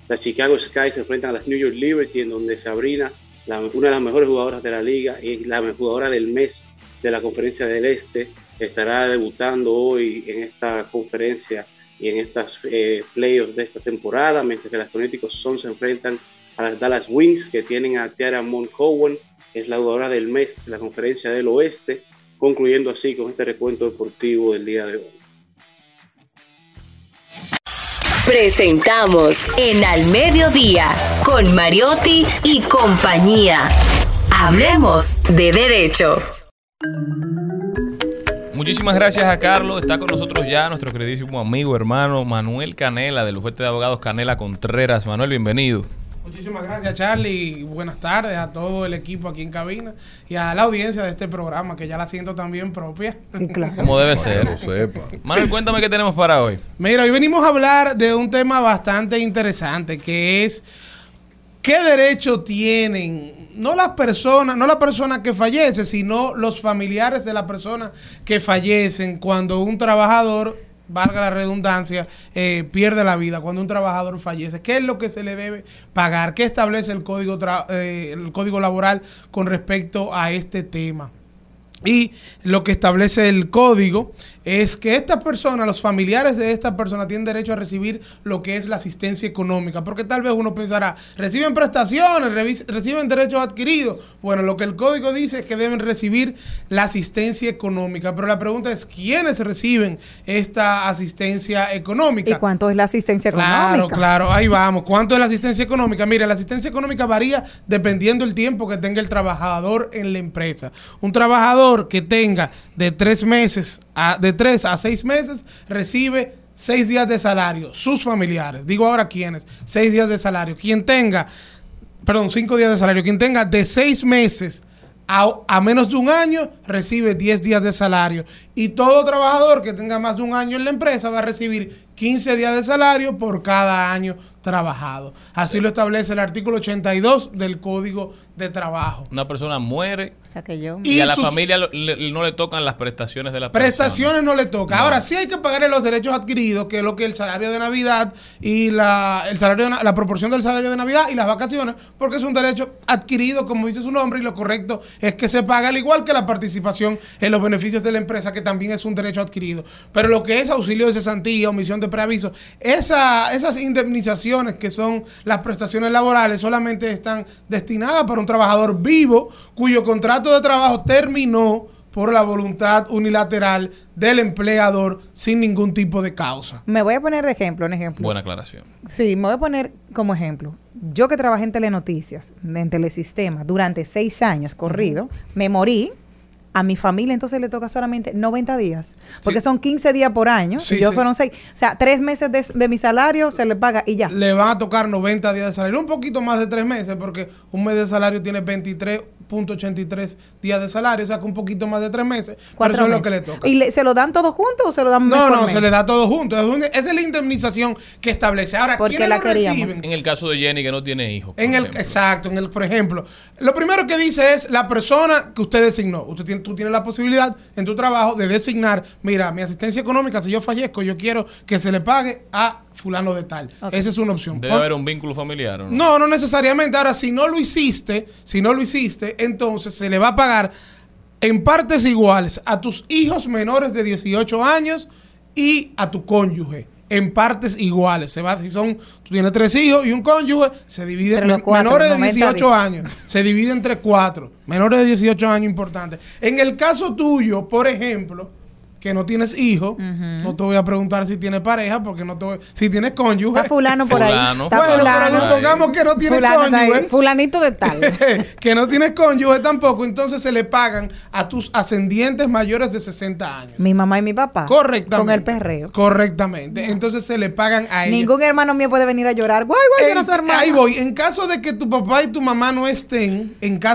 Las Chicago Sky se enfrentan a las New York Liberty, en donde Sabrina, una de las mejores jugadoras de la liga y la jugadora del mes de la Conferencia del Este, estará debutando hoy en esta conferencia y en estas playoffs de esta temporada, mientras que las Connecticut Suns se enfrentan a las Dallas Wings, que tienen a Tiara Montcowan, es la jugadora del mes de la Conferencia del Oeste, concluyendo así con este recuento deportivo del día de hoy. Presentamos en Al Mediodía con Mariotti y compañía. Hablemos de derecho. Muchísimas gracias a Carlos. Está con nosotros ya nuestro queridísimo amigo, hermano Manuel Canela, del bufete de abogados Canela Contreras. Manuel, bienvenido. Muchísimas gracias, Charlie. Buenas tardes a todo el equipo aquí en cabina y a la audiencia de este programa, que ya la siento también propia. Sí, claro. Como debe ser. Lo sepa. Manuel, cuéntame qué tenemos para hoy. Mira, hoy venimos a hablar de un tema bastante interesante, que es qué derecho tienen no la persona que fallece, sino los familiares de la persona que fallecen cuando un trabajador, valga la redundancia, pierde la vida, cuando un trabajador fallece. ¿Qué es lo que se le debe pagar? ¿Qué establece el código laboral con respecto a este tema? Y lo que establece el código es que estas personas, los familiares de esta persona, tienen derecho a recibir lo que es la asistencia económica, porque tal vez uno pensará, reciben prestaciones, reciben derechos adquiridos. Bueno, lo que el código dice es que deben recibir la asistencia económica, pero la pregunta es, ¿quiénes reciben esta asistencia económica? ¿Y cuánto es la asistencia económica? Claro, ahí vamos. ¿Cuánto es la asistencia económica? Mira, la asistencia económica varía dependiendo del tiempo que tenga el trabajador en la empresa. Un trabajador que tenga de 3 a 6 meses recibe 6 días de salario. Sus familiares, digo ahora quiénes, 6 días de salario. 5 días de salario. Quien tenga de 6 meses a menos de un año recibe 10 días de salario. Y todo trabajador que tenga más de un año en la empresa va a recibir 15 días de salario por cada año trabajado. Así lo establece el artículo 82 del Código de Trabajo. Una persona muere, o sea que yo, y a la familia no le tocan las prestaciones de la persona. Prestaciones no le toca. No. Ahora sí hay que pagarle los derechos adquiridos, que es lo que el salario de Navidad y la proporción del salario de Navidad y las vacaciones, porque es un derecho adquirido, como dice su nombre, y lo correcto es que se paga, al igual que la participación en los beneficios de la empresa, que también es un derecho adquirido. Pero lo que es auxilio de cesantía, omisión de preaviso, esas indemnizaciones que son las prestaciones laborales solamente están destinadas para un trabajador vivo cuyo contrato de trabajo terminó por la voluntad unilateral del empleador sin ningún tipo de causa. Me voy a poner de ejemplo, un ejemplo. Buena aclaración. Sí, me voy a poner como ejemplo. Yo que trabajé en Telenoticias, en Telesistema, durante 6 años corrido, me morí. A mi familia entonces le toca solamente 90 días, porque sí, son 15 días por año, y yo fueron 6. O sea, 3 meses de mi salario se le paga y ya. Le van a tocar 90 días de salario, un poquito más de 3 meses, porque un mes de salario tiene 23.83 días de salario, o sea que un poquito más de 3 meses, pero eso es lo que le toca. ¿Y se lo dan todo junto o se lo dan mes por mes? Se le da todo junto. Esa es la indemnización que establece. Ahora, ¿quiénes lo reciben? En el caso de Jenny, que no tiene hijos. Por ejemplo, lo primero que dice es la persona que usted designó. Tú tienes la posibilidad en tu trabajo de designar, mira, mi asistencia económica, si yo fallezco, yo quiero que se le pague a fulano de tal. Okay. Esa es una opción. ¿Debe haber un vínculo familiar o no? No, no necesariamente. Ahora, si no lo hiciste, entonces se le va a pagar en partes iguales a tus hijos menores de 18 años y a tu cónyuge. En partes iguales. Tú tienes 3 hijos y un cónyuge, se divide, menores de 18 años, se divide entre 4. Menores de 18 años, importante. En el caso tuyo, por ejemplo, que no tienes hijos, no te voy a preguntar si tienes pareja, porque si tienes cónyuge. Está fulano por ahí. Pero pongamos que no tienes cónyuge. Fulanito de tal. Que no tienes cónyuge tampoco, entonces se le pagan a tus ascendientes mayores de 60 años. Mi mamá y mi papá. Correctamente. Con el perreo. Correctamente. Entonces se le pagan a ellos. Ningún hermano mío puede venir a llorar. Guay, llora su hermano. Ahí voy. En caso de que tu papá y tu mamá no estén,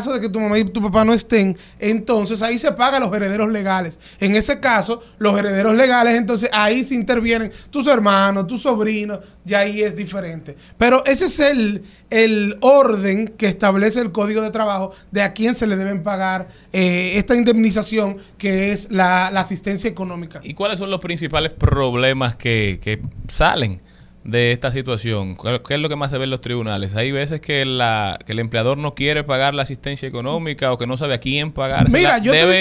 entonces ahí se pagan los herederos legales. En ese caso, los herederos legales, entonces ahí se intervienen tus hermanos, tus sobrinos, ya ahí es diferente. Pero ese es el orden que establece el Código de Trabajo de a quién se le deben pagar esta indemnización, que es la asistencia económica. ¿Y cuáles son los principales problemas que salen de esta situación? ¿Qué es lo que más se ve en los tribunales? Hay veces que el empleador no quiere pagar la asistencia económica o que no sabe a quién pagar. Mira,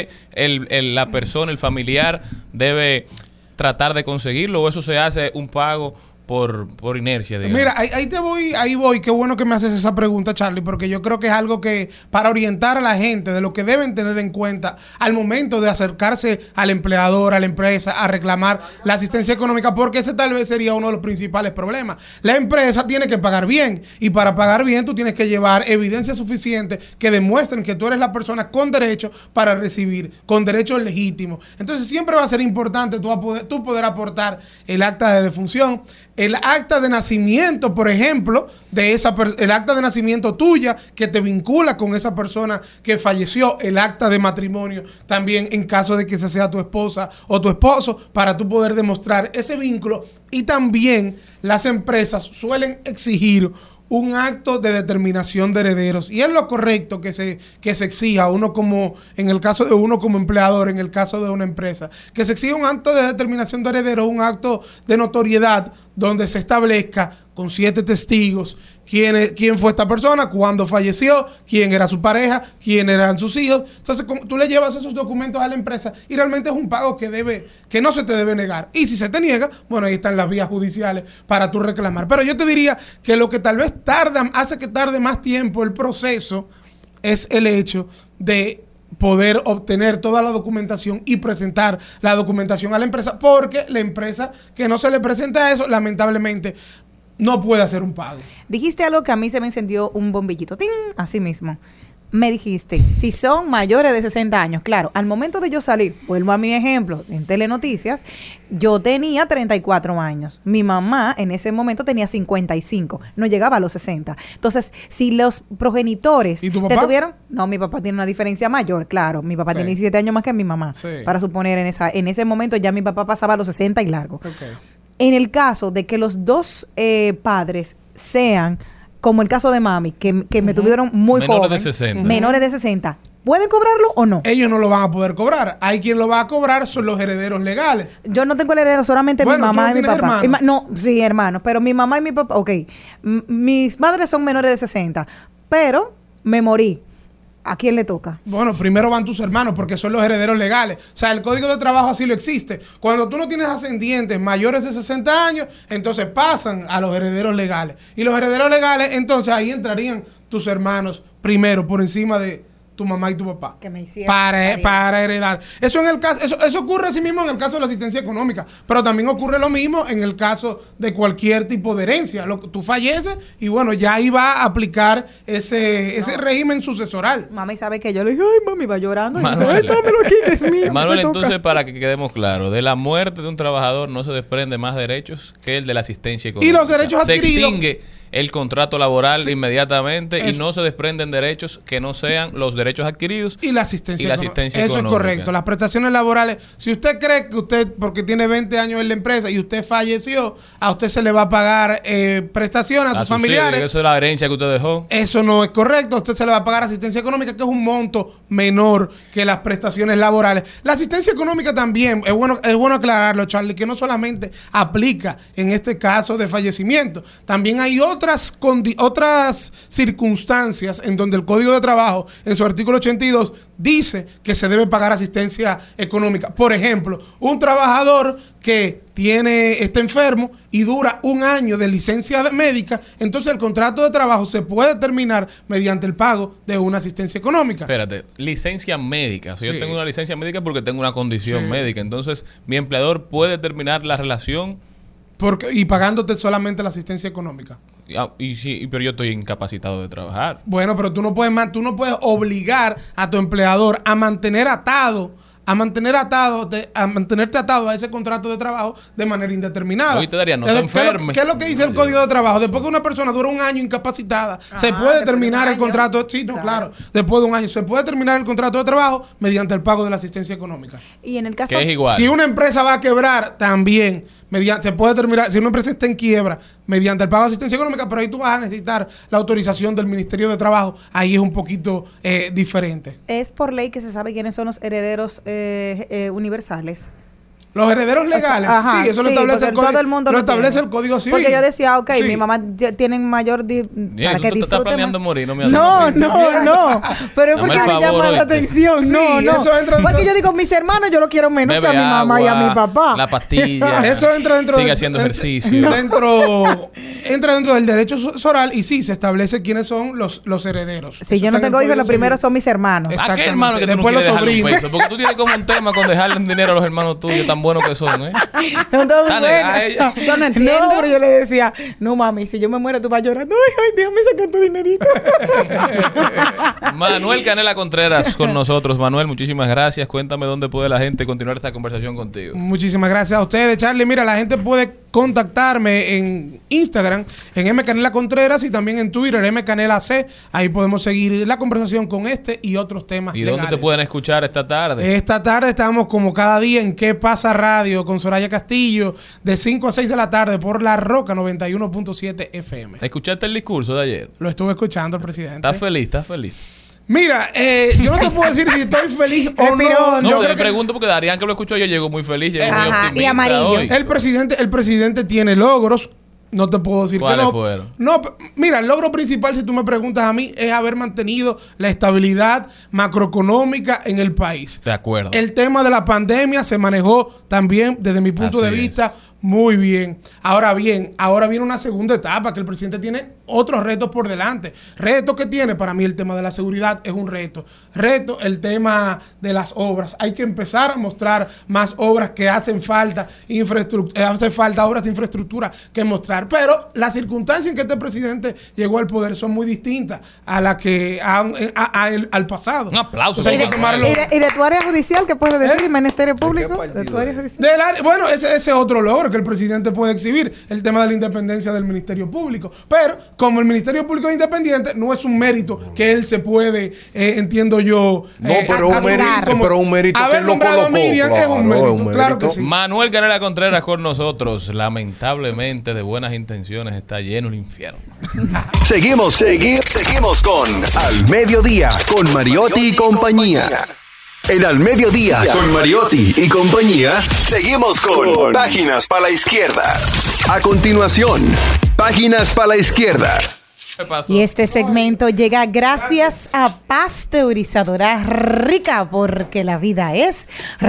la persona, el familiar, debe tratar de conseguirlo, o eso se hace un pago por inercia, digamos. Mira, ahí voy. Qué bueno que me haces esa pregunta, Charlie, porque yo creo que es algo que para orientar a la gente de lo que deben tener en cuenta al momento de acercarse al empleador, a la empresa, a reclamar la asistencia económica, porque ese tal vez sería uno de los principales problemas. La empresa tiene que pagar bien, y para pagar bien tú tienes que llevar evidencia suficiente que demuestren que tú eres la persona con derecho para recibir, con derechos legítimos. Entonces siempre va a ser importante tú poder aportar el acta de defunción, el acta de nacimiento, por ejemplo, el acta de nacimiento tuya que te vincula con esa persona que falleció, el acta de matrimonio también en caso de que esa sea tu esposa o tu esposo, para tú poder demostrar ese vínculo. Y también las empresas suelen exigir un acto de determinación de herederos, y es lo correcto que se exija en el caso de uno como empleador, en el caso de una empresa, que se exija un acto de determinación de herederos, un acto de notoriedad donde se establezca con 7 testigos quién fue esta persona, cuándo falleció, quién era su pareja, quién eran sus hijos. Entonces tú le llevas esos documentos a la empresa y realmente es un pago que no se te debe negar. Y si se te niega, bueno, ahí están las vías judiciales para tú reclamar. Pero yo te diría que lo que tal vez hace que tarde más tiempo el proceso es el hecho de poder obtener toda la documentación y presentar la documentación a la empresa, porque la empresa que no se le presenta eso, lamentablemente, no puede hacer un pago. Dijiste algo que a mí se me encendió un bombillito, ¡ting! Así mismo. Me dijiste, si son mayores de 60 años, claro, al momento de yo salir, vuelvo a mi ejemplo, en Telenoticias, yo tenía 34 años. Mi mamá en ese momento tenía 55, no llegaba a los 60. Entonces, si los progenitores ¿Y tu papá? te tuvieron... No, mi papá tiene una diferencia mayor, claro. Mi papá tiene 17 años más que mi mamá. Sí. Para suponer, en ese momento ya mi papá pasaba a los 60 y largo. Okay. En el caso de que los dos padres sean... como el caso de mami, que me tuvieron muy joven. Menores de 60. Menores de 60. ¿Pueden cobrarlo o no? Ellos no lo van a poder cobrar. Hay quien lo va a cobrar, son los herederos legales. Yo no tengo el heredero, solamente mi mamá y mi papá. ¿Hermanos? Sí, hermanos, pero mi mamá y mi papá, ok. Mis padres son menores de 60, pero me morí. ¿A quién le toca? Bueno, primero van tus hermanos porque son los herederos legales. O sea, el Código de Trabajo así lo existe. Cuando tú no tienes ascendientes mayores de 60 años, entonces pasan a los herederos legales. Y los herederos legales, entonces ahí entrarían tus hermanos primero por encima de tu mamá y tu papá. Que me hicieron para heredar. Eso ocurre así mismo en el caso de la asistencia económica, pero también ocurre lo mismo en el caso de cualquier tipo de herencia. Tú falleces y bueno, ya ahí va a aplicar ese régimen sucesoral. Mami sabe que yo le dije, ay, mami, va llorando. Manuel, y dice, ay, dámelo aquí, que es mío. Manuel, entonces, para que quedemos claros, de la muerte de un trabajador no se desprende más derechos que el de la asistencia económica. Y los derechos adquiridos. Se extingue el contrato laboral inmediatamente y no se desprenden derechos que no sean los derechos adquiridos y la asistencia económica. Eso es correcto. Las prestaciones laborales, si usted cree que usted, porque tiene 20 años en la empresa y usted falleció, a usted se le va a pagar prestaciones a sus familiares. Eso es la herencia que usted dejó. Eso no es correcto. A usted se le va a pagar asistencia económica, que es un monto menor que las prestaciones laborales. La asistencia económica también, es bueno aclararlo, Charlie, que no solamente aplica en este caso de fallecimiento. También hay otras circunstancias en donde el Código de Trabajo, en su artículo 82, dice que se debe pagar asistencia económica. Por ejemplo, un trabajador que está enfermo y dura un año de licencia médica, entonces el contrato de trabajo se puede terminar mediante el pago de una asistencia económica. Espérate, licencia médica. O sea, yo tengo una licencia médica porque tengo una condición médica. Entonces, mi empleador puede terminar la relación y pagándote solamente la asistencia económica. Pero yo estoy incapacitado de trabajar. Bueno, pero tú no puedes obligar a tu empleador a mantenerte atado a ese contrato de trabajo de manera indeterminada. Hoy te daría, no te enfermes. ¿Qué es lo que dice el Código de Trabajo? Después que una persona dura un año incapacitada, se puede terminar el contrato. Sí, no, claro. Después de un año se puede terminar el contrato de trabajo mediante el pago de la asistencia económica. Y en el caso, que es igual. Si una empresa va a quebrar, también se puede terminar. Si una empresa está en quiebra, mediante el pago de asistencia económica, pero ahí tú vas a necesitar la autorización del Ministerio de Trabajo. Ahí es un poquito diferente. ¿Es por ley que se sabe quiénes son los herederos universales? Los herederos legales, Ajá, sí, eso lo sí, establece, porque todo el mundo lo lo establece tiene. el Código Civil. Porque yo decía, ok, Sí. mi mamá tienen mayor... Bien, para tú que te estás disfruten planeando más. morir, no me haces No, morir. no. Pero es Dame porque el me favor, llama la ¿oíste? atención. Sí, No. eso entra dentro- Porque yo digo, mis hermanos yo lo quiero menos Bebe que a mi mamá y a agua, mi papá. La pastilla. Eso entra dentro Sigue de- haciendo en- ejercicio. Entra dentro del derecho soral y sí, se establece quiénes son los herederos. Si Eso yo no está en tengo el hijos, los Código primeros Civil. son mis hermanos. ¿A qué hermano que tú no Después quieres los dejarle un sobrinos. peso? Porque tú tienes como un tema con dejarle un dinero a los hermanos tuyos tan buenos que son, ¿eh? Son todos Está muy negada buenos. ella. Yo no entiendo. No, pero yo le decía, no mami, si yo me muero tú vas llorando. Ay, déjame sacar tu dinerito. Manuel Canela Contreras con nosotros. Manuel, muchísimas gracias. Cuéntame dónde puede la gente continuar esta conversación contigo. Muchísimas gracias a ustedes, Charlie. Mira, la gente puede contactarme en Instagram, en Mcanela Contreras y también en Twitter, MCanelaC. Ahí podemos seguir la conversación con este y otros temas ¿Y dónde legales. te pueden escuchar esta tarde? Esta tarde estamos como cada día en ¿Qué pasa Radio? Con Soraya Castillo, de 5 a 6 de la tarde por La Roca 91.7 FM. ¿Escuchaste el discurso de ayer? Lo estuve escuchando, el presidente. ¿Estás feliz? ¿Estás feliz? Mira, yo no te puedo decir si estoy feliz o no. Respiró. No, Yo yo creo le que pregunto porque Darían que lo escuchó yo llegó muy feliz, llegó muy Ajá, optimista y amarillo. hoy. el presidente tiene logros. No te puedo decir que ¿Cuáles no. fueron? No, mira, el logro principal, si tú me preguntas a mí, es haber mantenido la estabilidad macroeconómica en el país. De acuerdo. El tema de la pandemia se manejó también, desde mi punto Así de vista, es. muy bien. Ahora bien, ahora viene una segunda etapa que el presidente tiene otros retos por delante. Retos que tiene, para mí el tema de la seguridad es un reto. Reto, el tema de las obras. Hay que empezar a mostrar más obras que hacen falta, hace falta obras de infraestructura que mostrar. Pero las circunstancias en que este presidente llegó al poder son muy distintas a las que al pasado. Un aplauso. Entonces hay que para tomarlo. Manuel. ¿Y de tu área judicial qué puedes decir? ¿Ministerio Público? partido ¿De tu área es? judicial? Bueno, ese es otro logro que el presidente puede exhibir, el tema de la independencia del Ministerio Público. Pero como el Ministerio Público es independiente, no es un mérito que él se puede, entiendo yo... No, pero un asumir mérito, como pero un mérito que haber él lo nombrado a colocó. Miriam es un Claro, mérito, claro que sí. Manuel Canela Contreras con nosotros. Lamentablemente, de buenas intenciones está lleno el infierno. Seguimos con Al Mediodía, con Mariotti y compañía. En Al Mediodía, con Mariotti y compañía, seguimos con Páginas para la Izquierda. A continuación, Páginas para la Izquierda. ¿Qué pasó? Y este segmento llega gracias a Pasteurizadora Rica, porque la vida es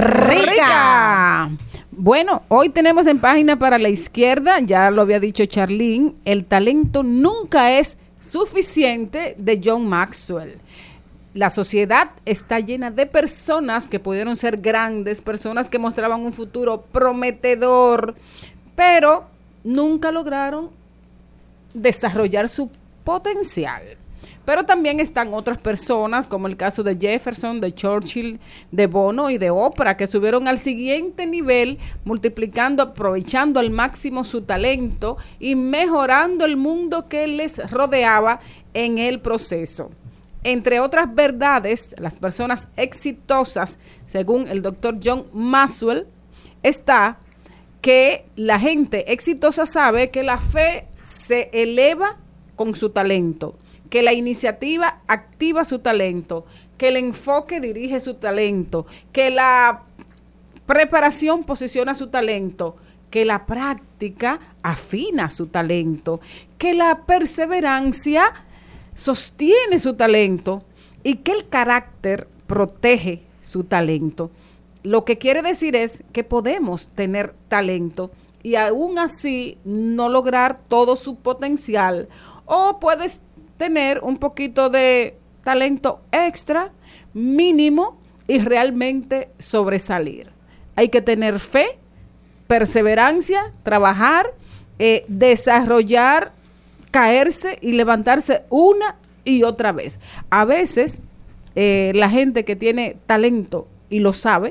rica. Bueno, hoy tenemos en Página para la Izquierda, ya lo había dicho Charlene, el talento nunca es suficiente, de John Maxwell. La sociedad está llena de personas que pudieron ser grandes, personas que mostraban un futuro prometedor, pero nunca lograron desarrollar su potencial. Pero también están otras personas, como el caso de Jefferson, de Churchill, de Bono y de Oprah, que subieron al siguiente nivel, multiplicando, aprovechando al máximo su talento y mejorando el mundo que les rodeaba en el proceso. Entre otras verdades, las personas exitosas, según el doctor John Maxwell, está que la gente exitosa sabe que la fe se eleva con su talento, que la iniciativa activa su talento, que el enfoque dirige su talento, que la preparación posiciona su talento, que la práctica afina su talento, que la perseverancia sostiene su talento y que el carácter protege su talento. Lo que quiere decir es que podemos tener talento y aún así no lograr todo su potencial, o puedes tener un poquito de talento extra, mínimo, y realmente sobresalir. Hay que tener fe, perseverancia, trabajar, desarrollar, caerse y levantarse una y otra vez. A veces la gente que tiene talento y lo sabe,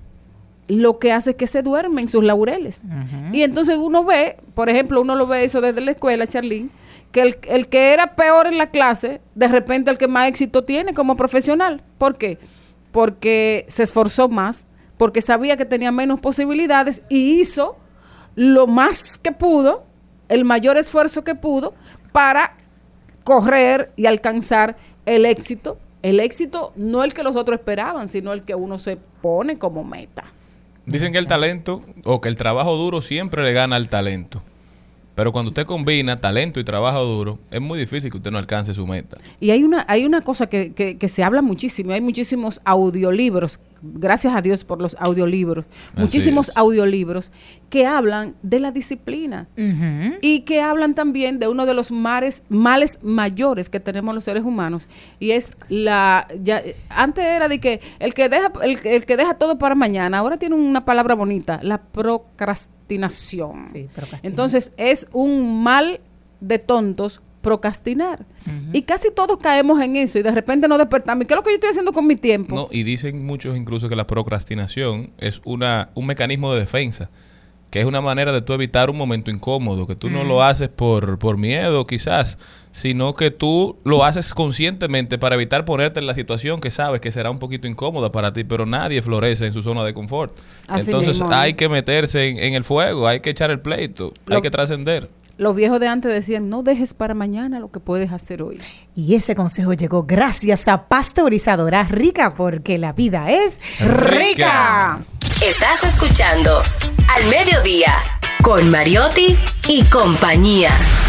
lo que hace es que se duerme en sus laureles. Y entonces uno ve, por ejemplo, uno lo ve eso desde la escuela, Charlene, que el que era peor en la clase, de repente el que más éxito tiene como profesional. ¿Por qué? Porque se esforzó más, porque sabía que tenía menos posibilidades y hizo lo más que pudo, el mayor esfuerzo que pudo para correr y alcanzar el éxito. El éxito no el que los otros esperaban, sino el que uno se pone como meta. Dicen que el talento o que el trabajo duro siempre le gana al talento. Pero cuando usted combina talento y trabajo duro, es muy difícil que usted no alcance su meta. Y hay una cosa que se habla muchísimo. Hay muchísimos audiolibros. Gracias a Dios por los audiolibros. Muchísimos audiolibros que hablan de la disciplina. Y que hablan también de uno de los males mayores que tenemos los seres humanos. Y es antes era de que el que deja todo para mañana. Ahora tiene una palabra bonita, la procrastinación. Sí, procrastinar. Entonces es un mal de tontos procrastinar. Y casi todos caemos en eso y de repente nos despertamos. ¿Qué es lo que yo estoy haciendo con mi tiempo? No, y dicen muchos incluso que la procrastinación es un mecanismo de defensa, que es una manera de tú evitar un momento incómodo, que tú no lo haces por miedo quizás, sino que tú lo haces conscientemente para evitar ponerte en la situación que sabes que será un poquito incómoda para ti, pero nadie florece en su zona de confort. Así Entonces mismo, hay que meterse en el fuego, hay que echar el pleito, hay que trascender. Los viejos de antes decían, no dejes para mañana lo que puedes hacer hoy. Y ese consejo llegó gracias a Pasteurizadora Rica, porque la vida es rica. Estás escuchando Al Mediodía con Mariotti y compañía.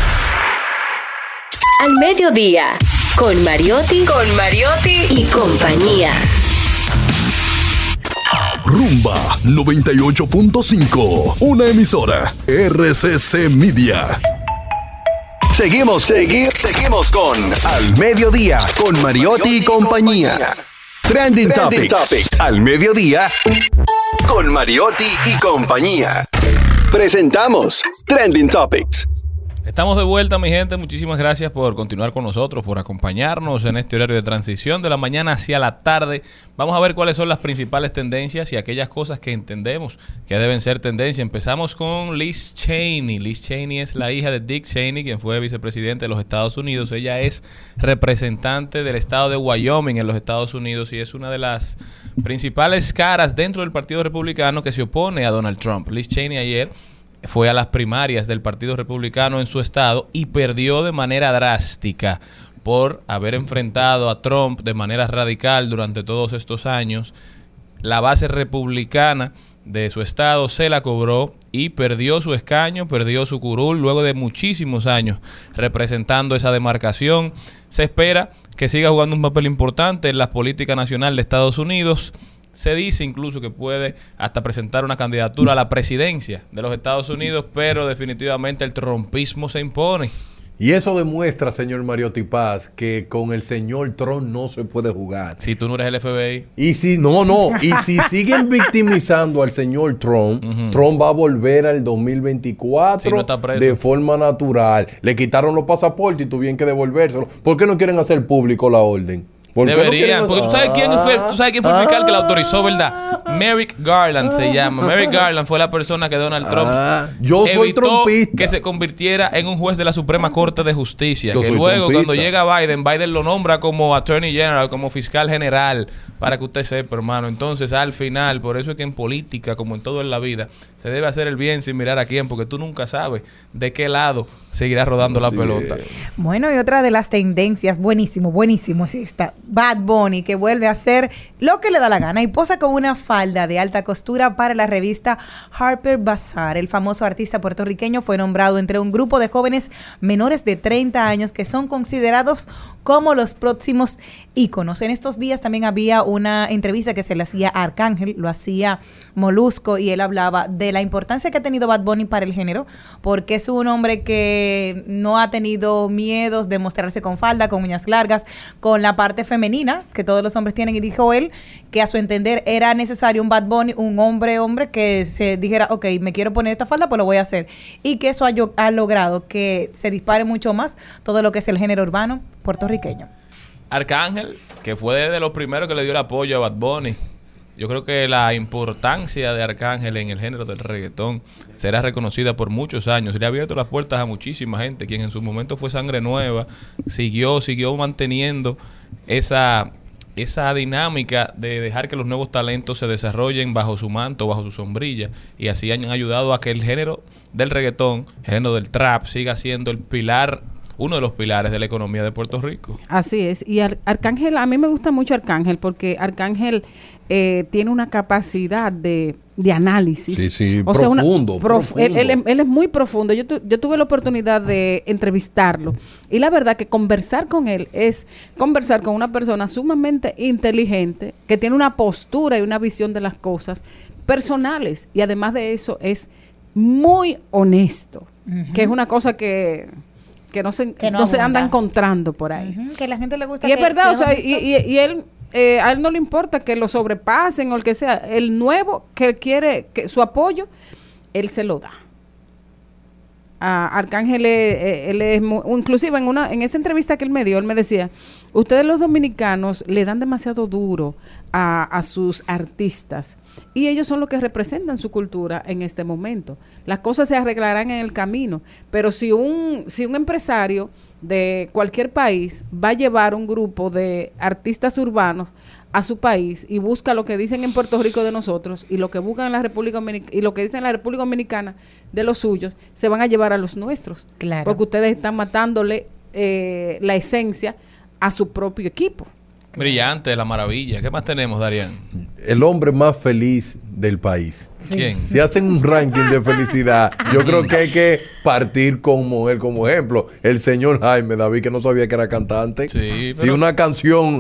Al Mediodía con Mariotti y compañía. Rumba 98.5, una emisora RCC Media. Seguimos con Al Mediodía con Mariotti y compañía. Trending Topics. Al Mediodía con Mariotti y compañía. Presentamos Trending Topics. Estamos de vuelta, mi gente. Muchísimas gracias por continuar con nosotros, por acompañarnos en este horario de transición de la mañana hacia la tarde. Vamos a ver cuáles son las principales tendencias y aquellas cosas que entendemos que deben ser tendencia. Empezamos con Liz Cheney. Liz Cheney es la hija de Dick Cheney, quien fue vicepresidente de los Estados Unidos. Ella es representante del estado de Wyoming en los Estados Unidos y es una de las principales caras dentro del Partido Republicano que se opone a Donald Trump. Liz Cheney ayer fue a las primarias del Partido Republicano en su estado y perdió de manera drástica por haber enfrentado a Trump de manera radical durante todos estos años. La base republicana de su estado se la cobró y perdió su escaño, perdió su curul luego de muchísimos años representando esa demarcación. Se espera que siga jugando un papel importante en la política nacional de Estados Unidos. Se dice incluso que puede hasta presentar una candidatura a la presidencia de los Estados Unidos, pero definitivamente el trumpismo se impone. Y eso demuestra, señor Mariotti Paz, que con el señor Trump no se puede jugar. Si tú no eres el FBI. Y si siguen victimizando al señor Trump, Trump va a volver al 2024 si no está preso de forma natural. Le quitaron los pasaportes y tuvieron que devolvérselo. ¿Por qué no quieren hacer público la orden? Deberían, porque tú sabes quién fue el fiscal que la autorizó, ¿verdad? Merrick Garland se llama. Merrick Garland fue la persona que Donald Trump evitó que se convirtiera en un juez de la Suprema Corte de Justicia. Que luego, cuando llega Biden lo nombra como Attorney General, como fiscal general, para que usted sepa, hermano. Entonces, al final, por eso es que en política, como en todo en la vida, se debe hacer el bien sin mirar a quién, porque tú nunca sabes de qué lado seguirá rodando la pelota. Bueno, y otra de las tendencias, buenísimo, es esta. Bad Bunny, que vuelve a hacer lo que le da la gana y posa con una falda de alta costura para la revista Harper Bazaar. El famoso artista puertorriqueño fue nombrado entre un grupo de jóvenes menores de 30 años que son considerados como los próximos íconos. En estos días también había una entrevista que se le hacía a Arcángel, lo hacía Molusco, y él hablaba de la importancia que ha tenido Bad Bunny para el género, porque es un hombre que no ha tenido miedos de mostrarse con falda, con uñas largas, con la parte femenina que todos los hombres tienen, y dijo él que a su entender era necesario un Bad Bunny, un hombre que se dijera, ok, me quiero poner esta falda, pues lo voy a hacer, y que eso ha logrado que se dispare mucho más todo lo que es el género urbano puertorriqueño. Arcángel, que fue de los primeros que le dio el apoyo a Bad Bunny. Yo creo que la importancia de Arcángel en el género del reggaetón será reconocida por muchos años. Le ha abierto las puertas a muchísima gente, quien en su momento fue Sangre Nueva, siguió manteniendo esa dinámica de dejar que los nuevos talentos se desarrollen bajo su manto, bajo su sombrilla, y así han ayudado a que el género del reggaetón, el género del trap, siga siendo el pilar, uno de los pilares de la economía de Puerto Rico. Así es. Y Arcángel, a mí me gusta mucho Arcángel porque Arcángel tiene una capacidad de de análisis. Sí, sí, o sea, profundo. Él es muy profundo. Yo tuve la oportunidad de entrevistarlo y la verdad que conversar con él es conversar con una persona sumamente inteligente que tiene una postura y una visión de las cosas personales y además de eso es muy honesto, que es una cosa que no se anda encontrando por ahí. Que a la gente le gusta. Y es verdad, o sea, y él, a él no le importa que lo sobrepasen o el que sea. El nuevo que quiere que su apoyo, él se lo da. A Arcángel, él es inclusive en esa entrevista que él me dio, él me decía, ustedes los dominicanos le dan demasiado duro a sus artistas y ellos son los que representan su cultura en este momento. Las cosas se arreglarán en el camino, pero si un empresario de cualquier país va a llevar un grupo de artistas urbanos a su país y busca lo que dicen en Puerto Rico de nosotros y lo que buscan en la República Dominicana y lo que dicen en la República Dominicana de los suyos, se van a llevar a los nuestros. Claro. Porque ustedes están matándole la esencia a su propio equipo. Brillante, la maravilla. ¿Qué más tenemos, Darian? El hombre más feliz del país. ¿Quién? Si hacen un ranking de felicidad, yo creo que hay que partir con él como ejemplo. El señor Jaime David, que no sabía que era cantante. Sí, Si una canción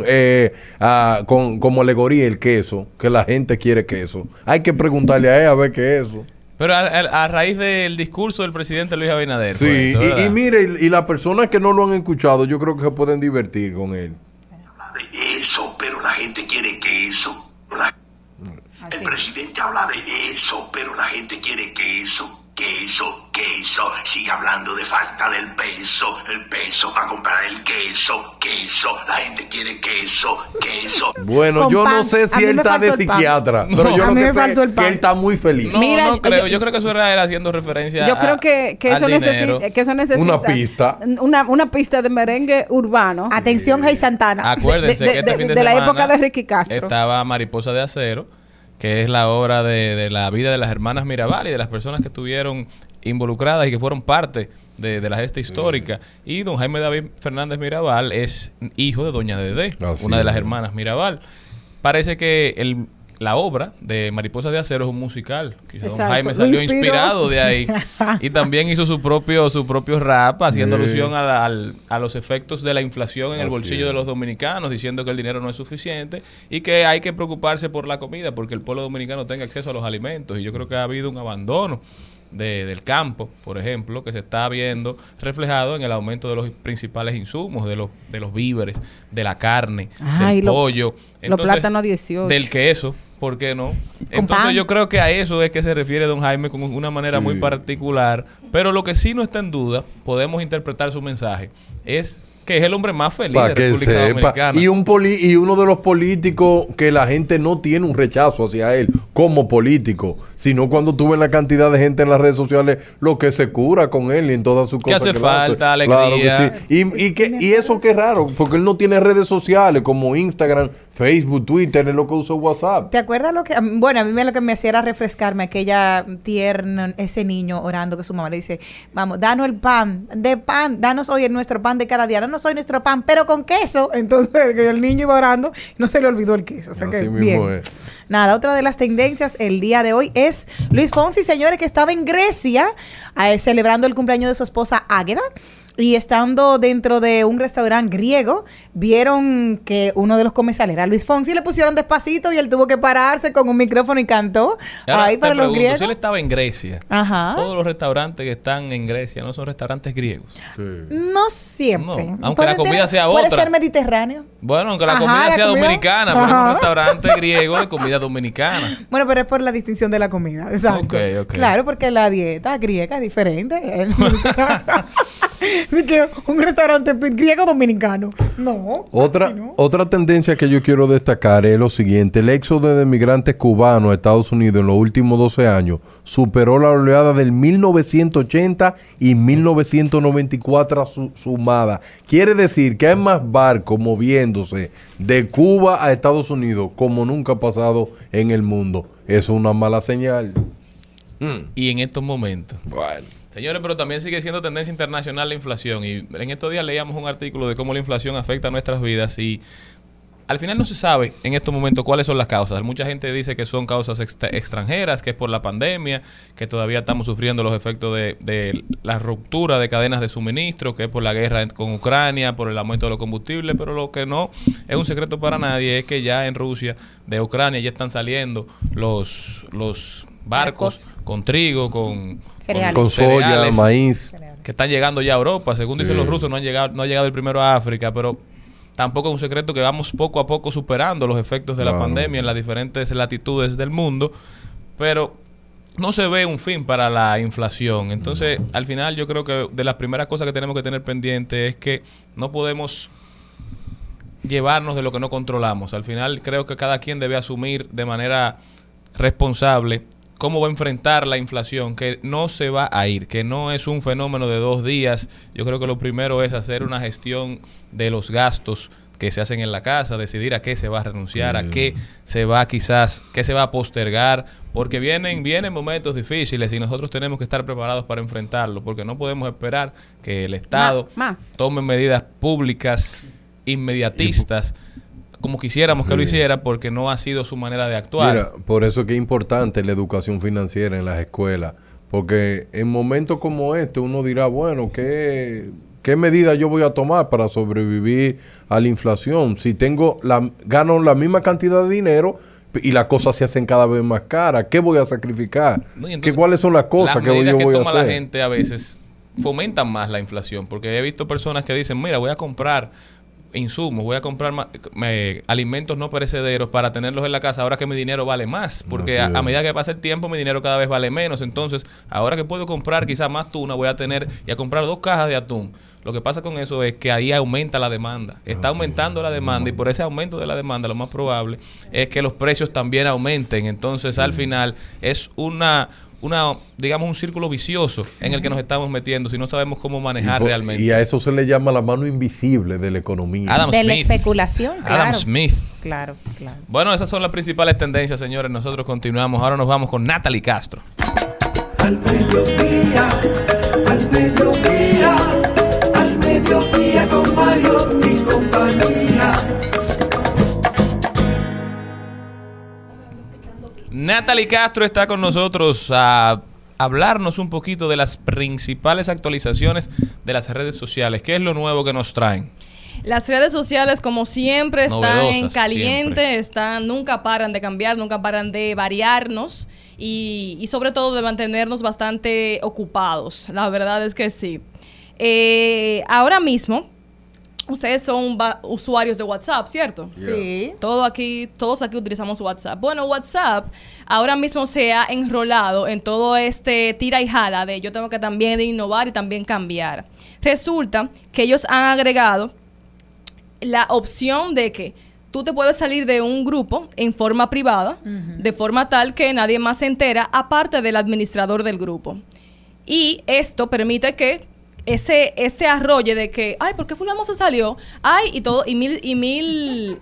como alegoría el queso, que la gente quiere queso, hay que preguntarle a él a ver qué es eso. Pero a raíz del discurso del presidente Luis Abinader. Sí, eso, y mire, y las personas que no lo han escuchado, yo creo que se pueden divertir con él. De eso, pero la gente quiere queso. El presidente habla de eso, pero la gente quiere queso. Queso, sigue hablando de falta del peso, el peso para comprar el queso, la gente quiere queso. Bueno, Con yo pan. no sé si A mí él me está faltó de el pan. psiquiatra, No, pero yo a lo mí que me sé faltó el es pan. que él está muy feliz. No, Mira, no creo. Yo creo que eso era él haciendo referencia Yo creo que eso necesita Una pista. una pista de merengue urbano. Atención, Hey Santana. Acuérdense que este fin de la semana época de Ricky Castro. estaba Mariposa de Acero, que es la obra de la vida de las hermanas Mirabal y de las personas que estuvieron involucradas y que fueron parte de la gesta histórica. Y don Jaime David Fernández Mirabal es hijo de doña Dedé, una de las hermanas Mirabal. Parece que la obra de Mariposa de Acero es un musical. Quizá don Jaime salió inspirado de ahí. Y también hizo su propio rap, haciendo alusión a los efectos de la inflación en el bolsillo de los dominicanos, diciendo que el dinero no es suficiente y que hay que preocuparse por la comida porque el pueblo dominicano tenga acceso a los alimentos. Y yo creo que ha habido un abandono del campo, por ejemplo, que se está viendo reflejado en el aumento de los principales insumos, de los víveres, de la carne, del pollo. Entonces, los plátanos 18. Del queso, ¿por qué no? Entonces yo creo que a eso es que se refiere don Jaime con una manera muy particular, pero lo que sí no está en duda, podemos interpretar su mensaje, es que es el hombre más feliz de República Dominicana. Y uno de los políticos que la gente no tiene un rechazo hacia él como político, sino cuando tú ves la cantidad de gente en las redes sociales, lo que se cura con él y en todas sus cosas. Que hace falta alegría. Claro que sí. Y eso que es raro, porque él no tiene redes sociales como Instagram, Facebook, Twitter, es lo que usa WhatsApp. ¿Te acuerdas lo que? Bueno, a mí lo que me hacía era refrescarme aquella tierna, ese niño orando que su mamá le dice, vamos, danos el pan, danos hoy nuestro pan de cada día, danos hoy nuestro pan, pero con queso. Entonces, que el niño iba orando y no se le olvidó el queso. O sea que, bien. Nada, otra de las tendencias el día de hoy es Luis Fonsi, señores, que estaba en Grecia celebrando el cumpleaños de su esposa Águeda. Y estando dentro de un restaurante griego, vieron que uno de los comensales era Luis Fonsi, le pusieron despacito y él tuvo que pararse con un micrófono y cantó. Ahí para los griegos. Si él estaba en Grecia, todos los restaurantes que están en Grecia no son restaurantes griegos. No siempre. No, aunque la comida sea otra. Puede ser mediterráneo. Bueno, aunque la comida sea dominicana, pero es un restaurante griego de comida dominicana. Bueno, pero es por la distinción de la comida. Exacto. Okay. Claro, porque la dieta griega es diferente. Que un restaurante griego dominicano. No. Otra tendencia que yo quiero destacar es lo siguiente. El éxodo de migrantes cubanos a Estados Unidos en los últimos 12 años superó la oleada del 1980 y 1994 sumada. Quiere decir que hay más barcos moviéndose de Cuba a Estados Unidos como nunca ha pasado en el mundo. Eso es una mala señal. Y en estos momentos. Bueno. Señores, pero también sigue siendo tendencia internacional la inflación. Y en estos días leíamos un artículo de cómo la inflación afecta a nuestras vidas. Y al final no se sabe en estos momentos cuáles son las causas. Mucha gente dice que son causas extranjeras, que es por la pandemia, que todavía estamos sufriendo los efectos de la ruptura de cadenas de suministro, que es por la guerra con Ucrania, por el aumento de los combustibles, pero lo que no es un secreto para nadie es que ya en Rusia, de Ucrania, ya están saliendo los barcos con trigo, con soya, cereales, maíz, que están llegando ya a Europa. Según dicen los rusos, no ha llegado el primero a África, pero tampoco es un secreto que vamos poco a poco superando los efectos de la pandemia en las diferentes latitudes del mundo, pero no se ve un fin para la inflación. Entonces, al final yo creo que de las primeras cosas que tenemos que tener pendiente es que no podemos llevarnos de lo que no controlamos. Al final creo que cada quien debe asumir de manera responsable cómo va a enfrentar la inflación, que no se va a ir, que no es un fenómeno de 2 días. Yo creo que lo primero es hacer una gestión de los gastos que se hacen en la casa, decidir a qué se va a renunciar, a qué se va qué se va a postergar, porque vienen momentos difíciles y nosotros tenemos que estar preparados para enfrentarlo, porque no podemos esperar que el Estado tome medidas públicas inmediatistas como quisiéramos que lo hiciera, porque no ha sido su manera de actuar. Mira, por eso es que es importante la educación financiera en las escuelas, porque en momentos como este uno dirá, bueno, ¿qué medidas yo voy a tomar para sobrevivir a la inflación? Si gano la misma cantidad de dinero y las cosas se hacen cada vez más caras, ¿qué voy a sacrificar? No, entonces, ¿Cuáles son las cosas que yo voy a hacer? Las medidas que toma la gente a veces fomentan más la inflación, porque he visto personas que dicen, mira, voy a comprar insumos, voy a comprar alimentos no perecederos para tenerlos en la casa ahora que mi dinero vale más, porque a medida que pasa el tiempo mi dinero cada vez vale menos. Entonces ahora que puedo comprar quizás más tuna, voy a tener y a comprar 2 cajas de atún. Lo que pasa con eso es que ahí aumenta la demanda, está aumentando la demanda, y por ese aumento de la demanda lo más probable es que los precios también aumenten. Entonces al final es digamos un círculo vicioso en el que nos estamos metiendo si no sabemos cómo manejar realmente. Y a eso se le llama la mano invisible de la economía. De la especulación, claro. Adam Smith. Claro. Bueno, esas son las principales tendencias, señores. Nosotros continuamos. Ahora nos vamos con Natalie Castro. Al mediodía, al mediodía, al mediodía con Mario y compañía. Natalie Castro está con nosotros a hablarnos un poquito de las principales actualizaciones de las redes sociales. ¿Qué es lo nuevo que nos traen? Las redes sociales, como siempre, están Novedosas, en caliente, nunca paran de cambiar, nunca paran de variarnos y sobre todo de mantenernos bastante ocupados. La verdad es que sí. Ahora mismo, ustedes son usuarios de WhatsApp, ¿cierto? Sí. Todos aquí utilizamos WhatsApp. Bueno, WhatsApp ahora mismo se ha enrolado en todo este tira y jala de yo tengo que también innovar y también cambiar. Resulta que ellos han agregado la opción de que tú te puedes salir de un grupo en forma privada, de forma tal que nadie más se entera, aparte del administrador del grupo. Y esto permite que ese arroyo de que, ay, ¿por qué fulano se salió? Ay, y todo, y mil